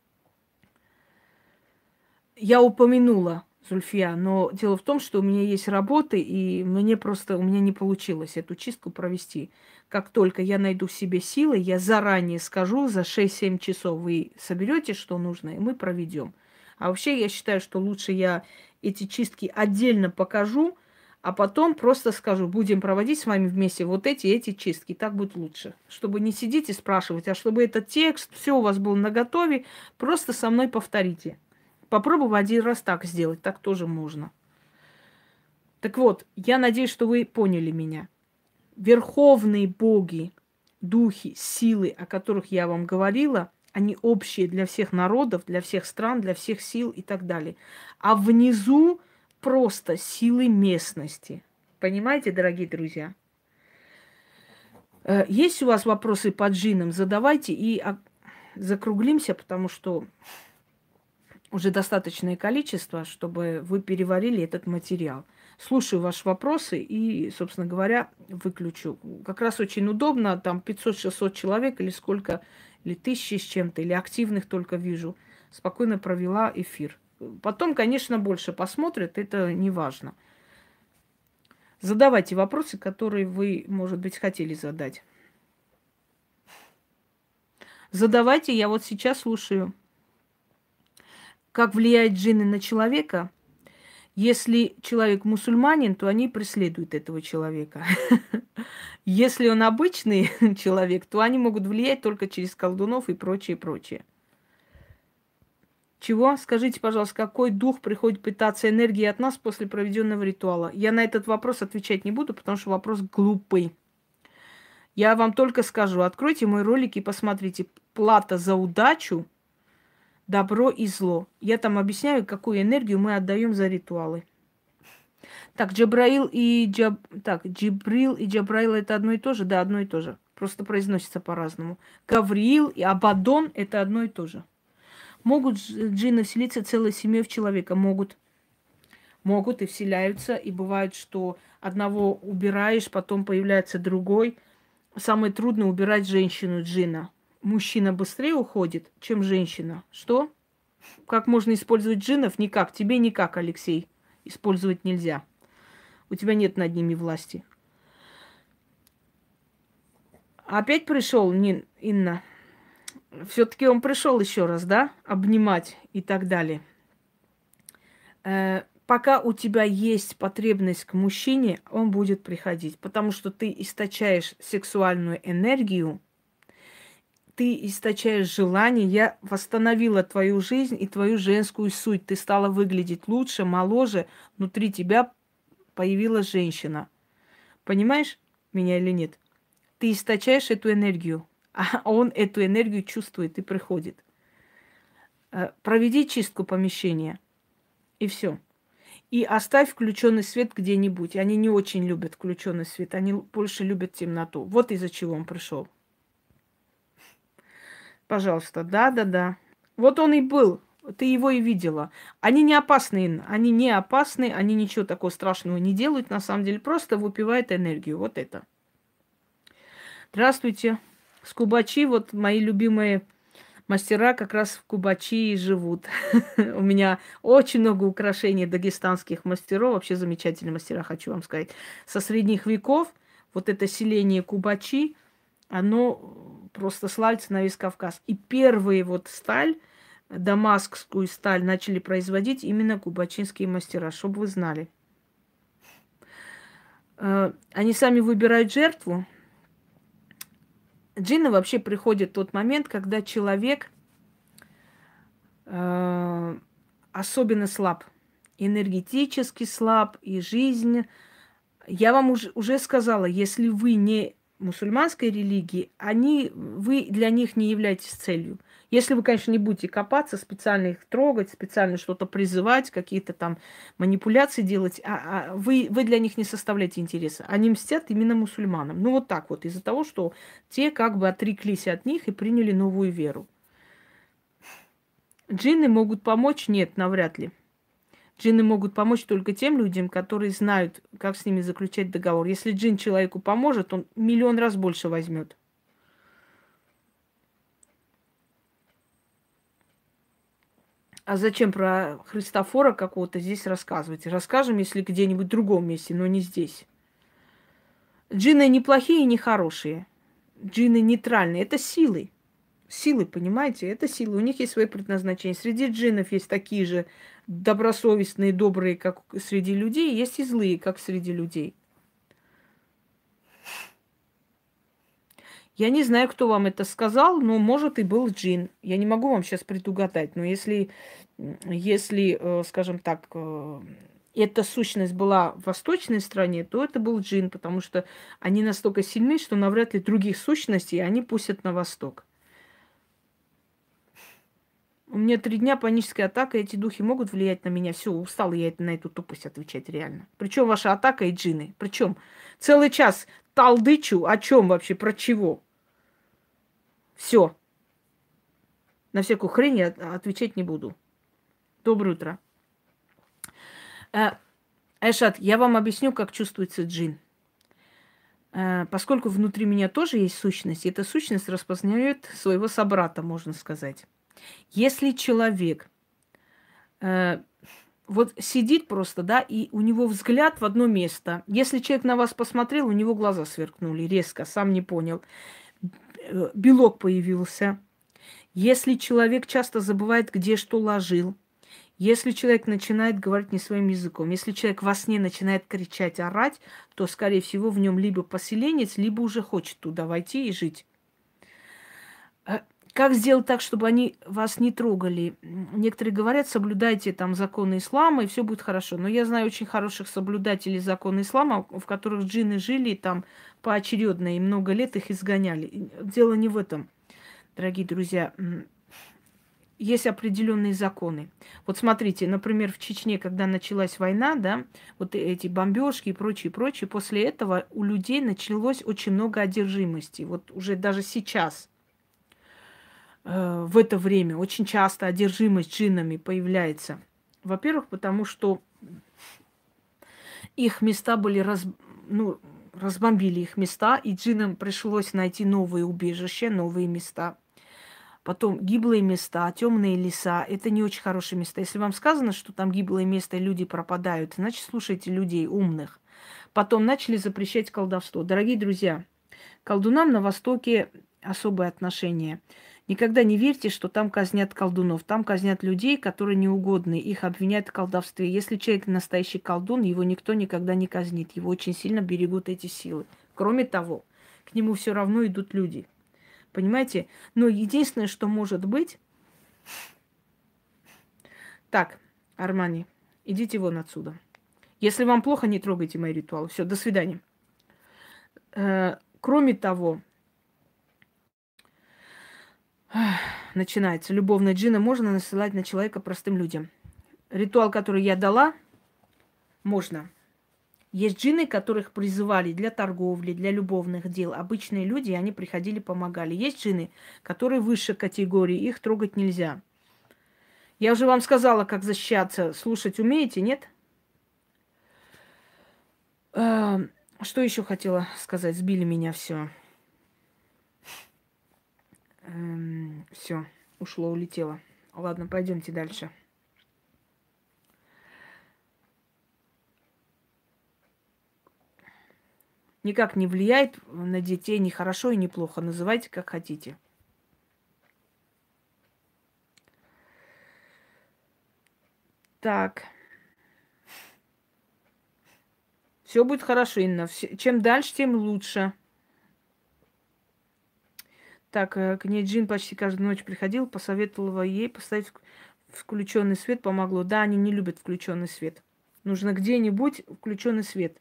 Я упомянула, Зульфия, но дело в том, что у меня есть работы, и мне просто, у меня не получилось эту чистку провести. Как только я найду в себе силы, я заранее скажу, за шесть-семь часов вы соберете, что нужно, и мы проведем. А вообще я считаю, что лучше я эти чистки отдельно покажу, а потом просто скажу, будем проводить с вами вместе вот эти эти чистки. Так будет лучше. Чтобы не сидеть и спрашивать, а чтобы этот текст, все у вас был наготове, просто со мной повторите. Попробуй один раз так сделать, так тоже можно. Так вот, я надеюсь, что вы поняли меня. Верховные боги, духи, силы, о которых я вам говорила, они общие для всех народов, для всех стран, для всех сил и так далее. А внизу просто силы местности. Понимаете, дорогие друзья? Есть у вас вопросы по джиннам, задавайте и закруглимся, потому что уже достаточное количество, чтобы вы переварили этот материал. Слушаю ваши вопросы и, собственно говоря, выключу. Как раз очень удобно, там пятьсот-шестьсот человек или сколько, или тысячи с чем-то, или активных только вижу. Спокойно провела эфир. Потом, конечно, больше посмотрят, это не важно. Задавайте вопросы, которые вы, может быть, хотели задать. Задавайте, я вот сейчас слушаю. Как влияют джинны на человека? Если человек мусульманин, то они преследуют этого человека. Если он обычный человек, то они могут влиять только через колдунов и прочее, прочее. Чего? Скажите, пожалуйста, какой дух приходит питаться энергией от нас после проведенного ритуала? Я на этот вопрос отвечать не буду, потому что вопрос глупый. Я вам только скажу, откройте мой ролик и посмотрите. Плата за удачу, добро и зло. Я там объясняю, какую энергию мы отдаем за ритуалы. Так, Джабраил и Джаб... Так, Джибрил и Джабраил это одно и то же? Да, одно и то же. Просто произносится по-разному. Гавриил и Абадон это одно и то же. Могут джинны вселиться целой семьей в человека? Могут. Могут и вселяются. И бывает, что одного убираешь, потом появляется другой. Самое трудное убирать женщину джинна. Мужчина быстрее уходит, чем женщина. Что? Как можно использовать джиннов? Никак. Тебе никак, Алексей. Использовать нельзя. У тебя нет над ними власти. Опять пришел Нин, Инна. Все-таки он пришел еще раз, да? Обнимать и так далее. Э, пока у тебя есть потребность к мужчине, он будет приходить. Потому что ты источаешь сексуальную энергию, ты источаешь желание. Я восстановила твою жизнь и твою женскую суть. Ты стала выглядеть лучше, моложе. Внутри тебя появилась женщина. Понимаешь меня или нет? Ты источаешь эту энергию, а он эту энергию чувствует и приходит. Проведи чистку помещения. И все. И оставь включенный свет где-нибудь. Они не очень любят включенный свет, они больше любят темноту. Вот из-за чего он пришел. Пожалуйста, да-да-да. Вот он и был. Ты его и видела. Они не опасны, они не опасны, они ничего такого страшного не делают, на самом деле, просто выпивают энергию. Вот это. Здравствуйте. С Кубачи, вот мои любимые мастера как раз в Кубачи и живут. У меня очень много украшений дагестанских мастеров, вообще замечательные мастера, хочу вам сказать. Со средних веков вот это селение Кубачи, оно просто славится на весь Кавказ. И первые вот сталь, дамасскую сталь начали производить именно кубачинские мастера, чтобы вы знали. Они сами выбирают жертву. Джинны вообще приходят в тот момент, когда человек э, особенно слаб, энергетически слаб, и жизнь. Я вам уже, уже сказала, если вы не мусульманской религии, они, вы для них не являетесь целью. Если вы, конечно, не будете копаться, специально их трогать, специально что-то призывать, какие-то там манипуляции делать, а, а вы, вы для них не составляете интереса. Они мстят именно мусульманам. Ну вот так вот, из-за того, что те как бы отреклись от них и приняли новую веру. Джинны могут помочь? Нет, навряд ли. Джинны могут помочь только тем людям, которые знают, как с ними заключать договор. Если джин человеку поможет, он миллион раз больше возьмет. А зачем про Христофора какого-то здесь рассказывать? Расскажем, если где-нибудь в другом месте, но не здесь. Джинны не плохие и не хорошие. Джинны нейтральные. Это силы. Силы, понимаете? Это силы. У них есть свое предназначение. Среди джиннов есть такие же добросовестные, добрые, как среди людей. Есть и злые, как среди людей. Я не знаю, кто вам это сказал, но, может, и был джин. Я не могу вам сейчас предугадать. Но если, если скажем так, эта сущность была в восточной стране, то это был джин, потому что они настолько сильны, что навряд ли других сущностей они пустят на восток. У меня три дня паническая атака, эти духи могут влиять на меня. Все, устала я на эту тупость отвечать реально. Причем ваша атака и джины? Причем целый час талдычу, о чем вообще, про чего? Все. На всякую хрень я отвечать не буду. Доброе утро. Айшат, я вам объясню, как чувствуется джин. Поскольку внутри меня тоже есть сущность, и эта сущность распознает своего собрата, можно сказать. Если человек э, вот сидит просто, да, и у него взгляд в одно место, если человек на вас посмотрел, у него глаза сверкнули резко, сам не понял, белок появился. Если человек часто забывает, где что ложил, если человек начинает говорить не своим языком, если человек во сне начинает кричать, орать, то, скорее всего, в нем либо поселенец, либо уже хочет туда войти и жить. Как сделать так, чтобы они вас не трогали? Некоторые говорят, соблюдайте там законы ислама, и все будет хорошо. Но я знаю очень хороших соблюдателей закона ислама, в которых джинны жили там поочередно, и много лет их изгоняли. Дело не в этом, дорогие друзья. Есть определенные законы. Вот смотрите, например, в Чечне, когда началась война, да, вот эти бомбежки и прочее, прочее, после этого у людей началось очень много одержимости. Вот уже даже сейчас, в это время очень часто одержимость джиннами появляется. Во-первых, потому что их места были, раз, ну, разбомбили их места, и джиннам пришлось найти новые убежища, новые места. Потом гиблые места, темные леса. Это не очень хорошие места. Если вам сказано, что там гиблое место, и люди пропадают, значит, слушайте людей умных. Потом начали запрещать колдовство. Дорогие друзья, к колдунам на Востоке особое отношение. Никогда не верьте, что там казнят колдунов. Там казнят людей, которые неугодны. Их обвиняют в колдовстве. Если человек настоящий колдун, его никто никогда не казнит. Его очень сильно берегут эти силы. Кроме того, к нему все равно идут люди. Понимаете? Но единственное, что может быть... Так, Армани, идите вон отсюда. Если вам плохо, не трогайте мои ритуалы. Все, до свидания. Кроме того... Начинается. Любовная джинна можно насылать на человека простым людям. ритуал, который я дала, можно. Есть джинны, которых призывали для торговли, для любовных дел. Обычные люди, они приходили, помогали. Есть джинны, которые выше категории, их трогать нельзя. Я уже вам сказала, как защищаться. Слушать умеете, нет? А, что еще хотела сказать? Сбили меня все. Эм, все, ушло, улетело. Ладно, пойдемте дальше. Никак не влияет на детей ни хорошо и ни плохо. Называйте как хотите. Так. Все будет хорошо, Инна. Чем дальше, тем лучше. Так, к ней Джин почти каждую ночь приходил, посоветовала ей поставить включенный свет, помогло. Да, они не любят включенный свет. Нужно где-нибудь включенный свет.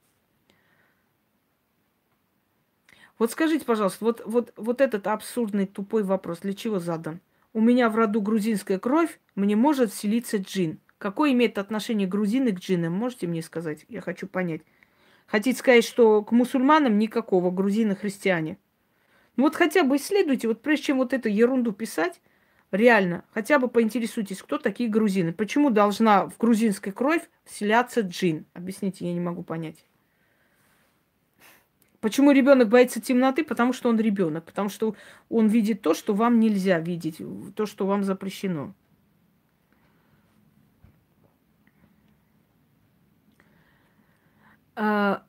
Вот скажите, пожалуйста, вот, вот, вот этот абсурдный тупой вопрос, для чего задан? У меня в роду грузинская кровь, мне может вселиться джин. Какое имеет отношение грузины к джинам? Можете мне сказать? Я хочу понять. Хотите сказать, что к мусульманам никакого, грузины христиане? Ну вот хотя бы исследуйте, вот прежде чем вот эту ерунду писать, реально, хотя бы поинтересуйтесь, кто такие грузины. Почему должна в грузинской кровь вселяться джин? Объясните, я не могу понять. Почему ребенок боится темноты? Потому что он ребенок, потому что он видит то, что вам нельзя видеть, то, что вам запрещено. А,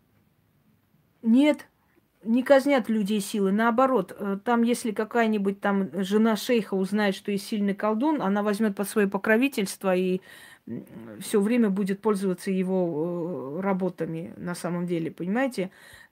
нет, не казнят людей силы. Наоборот, там, если какая-нибудь там жена шейха узнает, что есть сильный колдун, она возьмет под свое покровительство и все время будет пользоваться его работами на самом деле, понимаете?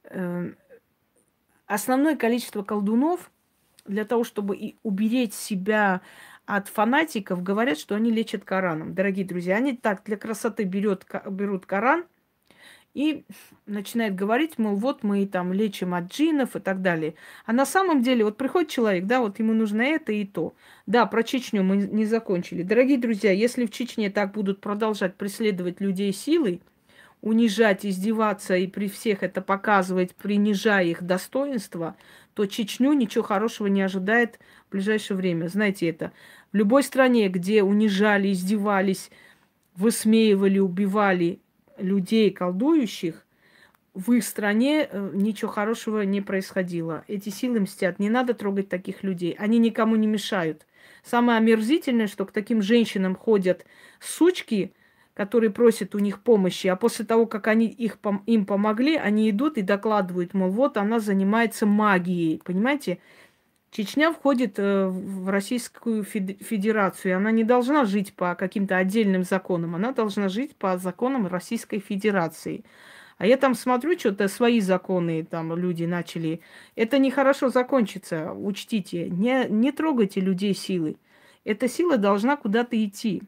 Основное количество колдунов для того, чтобы и уберечь себя от фанатиков, говорят, что они лечат Кораном. Дорогие друзья, они так для красоты берет, берут Коран и начинают говорить, мол, вот мы там лечим от джиннов и так далее. А на самом деле, вот приходит человек, да, вот ему нужно это и то. Да, про Чечню мы не закончили. Дорогие друзья, если в Чечне так будут продолжать преследовать людей силой, унижать, издеваться и при всех это показывать, принижая их достоинство, то Чечню ничего хорошего не ожидает в ближайшее время. Знаете это. В любой стране, где унижали, издевались, высмеивали, убивали людей колдующих, в их стране ничего хорошего не происходило. Эти силы мстят. Не надо трогать таких людей. Они никому не мешают. Самое омерзительное, что к таким женщинам ходят сучки, которые просят у них помощи, а после того, как они их, им помогли, они идут и докладывают, мол, вот она занимается магией, понимаете? Чечня входит в Российскую Федерацию, и она не должна жить по каким-то отдельным законам, она должна жить по законам Российской Федерации. А я там смотрю, что-то свои законы там люди начали. Это нехорошо закончится, учтите. Не, не трогайте людей силой. Эта сила должна куда-то идти.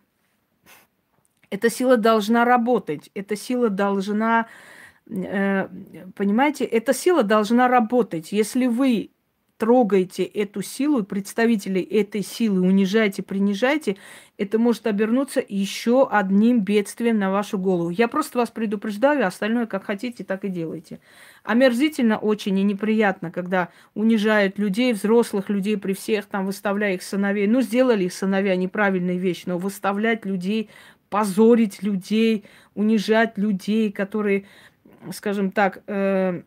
Эта сила должна работать, эта сила должна, э, понимаете, эта сила должна работать. Если вы трогаете эту силу, представителей этой силы унижаете, принижаете, это может обернуться еще одним бедствием на вашу голову. Я просто вас предупреждаю, остальное как хотите, так и делайте. Омерзительно очень и неприятно, когда унижают людей, взрослых людей при всех, там, выставляя их сыновей. Ну, сделали их сыновья неправильную вещь, но выставлять людей, позорить людей, унижать людей, которые, скажем так, э,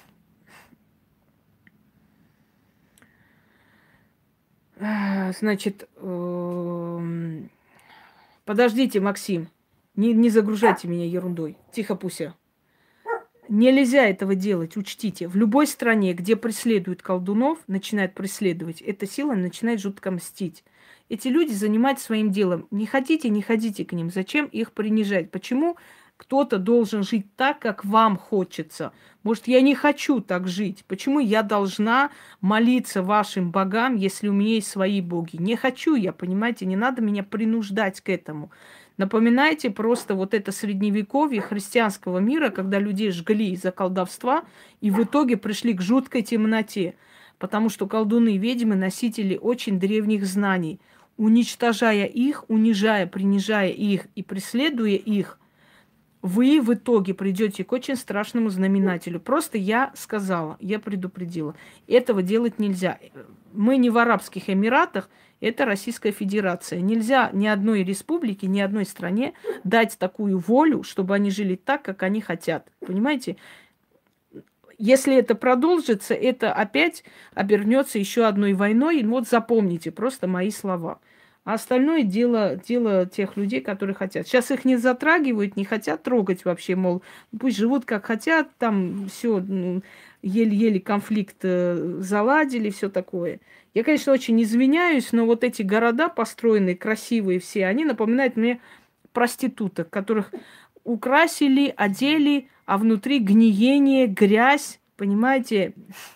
значит, э, подождите, Максим, не, не загружайте меня ерундой. Тихо, Пуся. Нельзя этого делать, учтите. В любой стране, где преследуют колдунов, начинают преследовать, эта сила начинает жутко мстить. Эти люди занимаются своим делом. Не хотите, не ходите к ним. Зачем их принижать? Почему кто-то должен жить так, как вам хочется? Может, я не хочу так жить? Почему я должна молиться вашим богам, если у меня есть свои боги? Не хочу я, понимаете? Не надо меня принуждать к этому. Напоминайте просто вот это средневековье христианского мира, когда людей жгли из-за колдовства и в итоге пришли к жуткой темноте. Потому что колдуны и ведьмы носители очень древних знаний. уничтожая их, унижая, принижая их и преследуя их, вы в итоге придете к очень страшному знаменателю. Просто я сказала, я предупредила. Этого делать нельзя. Мы не в Арабских Эмиратах, это Российская Федерация. Нельзя ни одной республике, ни одной стране дать такую волю, чтобы они жили так, как они хотят. Понимаете? Если это продолжится, это опять обернется еще одной войной. Вот запомните просто мои слова. А остальное дело, дело тех людей, которые хотят. Сейчас их не затрагивают, не хотят трогать вообще, мол, пусть живут как хотят, там все, ну, еле-еле конфликт э, заладили, все такое. Я, конечно, очень извиняюсь, но вот эти города построенные, красивые все, они напоминают мне проституток, которых украсили, одели, а внутри гниение, грязь, понимаете,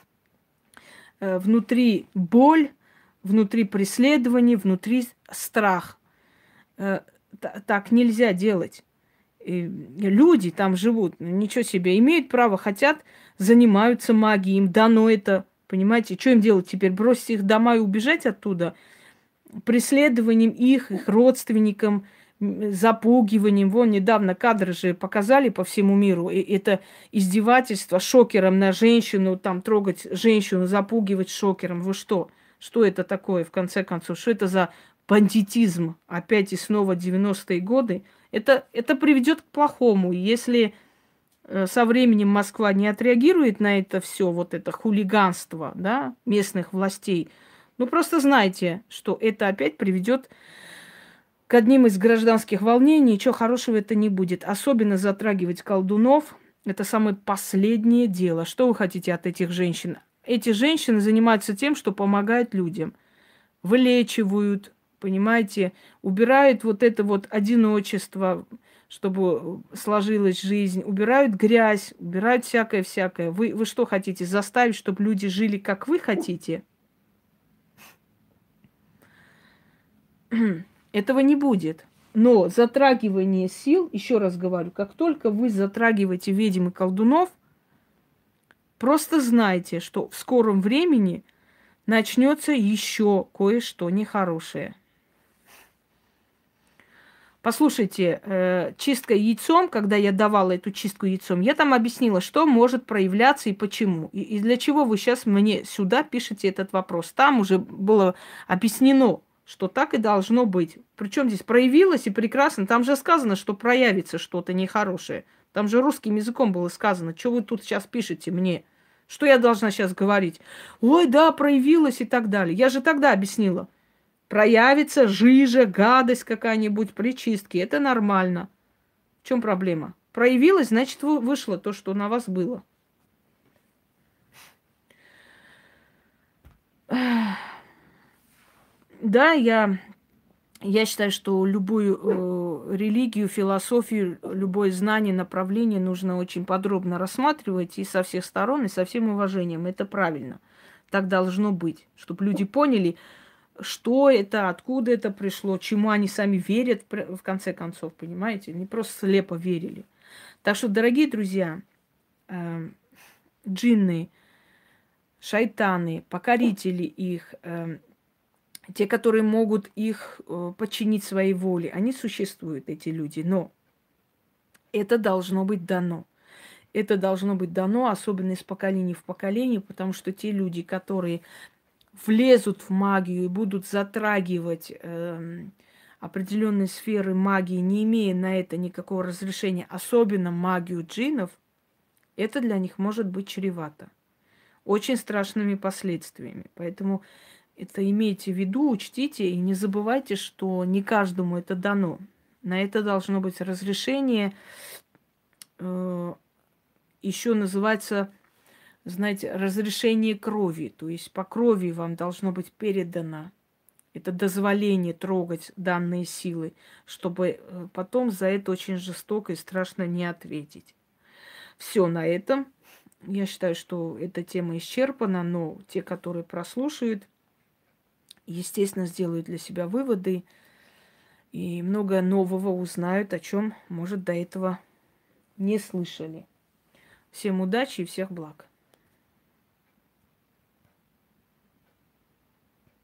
э, внутри боль, внутри преследование, внутри страх. Э, так нельзя делать. И люди там живут, ничего себе, имеют право, хотят, занимаются магией, им дано это, понимаете, что им делать теперь? Бросить их дома и убежать оттуда? Преследованием их, их родственникам, запугиванием. Вон недавно кадры же показали по всему миру. И это издевательство шокером на женщину, там трогать женщину, запугивать шокером. Вы что? Что это такое, в конце концов? Что это за бандитизм? Опять и снова девяностые годы. Это, это приведет к плохому. Если э, со временем Москва не отреагирует на это все, вот это хулиганство, да, местных властей, ну просто знайте, что это опять приведет к одним из гражданских волнений. Ничего хорошего это не будет. Особенно затрагивать колдунов. Это самое последнее дело. Что вы хотите от этих женщин? Эти женщины занимаются тем, что помогают людям. Вылечивают, понимаете, убирают вот это вот одиночество, чтобы сложилась жизнь, убирают грязь, убирают всякое-всякое. Вы, вы что хотите, заставить, чтобы люди жили, как вы хотите? Этого не будет. Но затрагивание сил, еще раз говорю, как только вы затрагиваете ведьм и колдунов, просто знайте, что в скором времени начнется еще кое-что нехорошее. Послушайте, э, чистка яйцом, когда я давала эту чистку яйцом, я там объяснила, что может проявляться и почему. И, и для чего вы сейчас мне сюда пишете этот вопрос. Там уже было объяснено, что так и должно быть. Причем здесь проявилось и прекрасно. Там же сказано, что проявится что-то нехорошее. Там же русским языком было сказано. Что вы тут сейчас пишете мне? Что я должна сейчас говорить? Ой, да, проявилось и так далее. Я же тогда объяснила. Проявится жижа, гадость какая-нибудь при чистке. Это нормально. В чем проблема? Проявилось, значит, вышло то, что на вас было. Да, я, я считаю, что любую э, религию, философию, любое знание, направление нужно очень подробно рассматривать и со всех сторон, и со всем уважением. Это правильно. Так должно быть, чтобы люди поняли, что это, откуда это пришло, чему они сами верят, в конце концов, понимаете? Не просто слепо верили. Так что, дорогие друзья, э, джинны, шайтаны, покорители их, э, те, которые могут их э, подчинить своей воле, они существуют, эти люди. Но это должно быть дано. Это должно быть дано, особенно из поколения в поколение, потому что те люди, которые влезут в магию и будут затрагивать э, определенные сферы магии, не имея на это никакого разрешения, особенно магию джиннов, это для них может быть чревато. Очень страшными последствиями. Поэтому это имейте в виду, учтите и не забывайте, что не каждому это дано. На это должно быть разрешение. Э, еще называется, знаете, разрешение крови. То есть по крови вам должно быть передано это дозволение трогать данные силы, чтобы потом за это очень жестоко и страшно не ответить. Все на этом. Я считаю, что эта тема исчерпана, но те, которые прослушают, естественно, сделают для себя выводы и много нового узнают, о чем, может, до этого не слышали. Всем удачи и всех благ.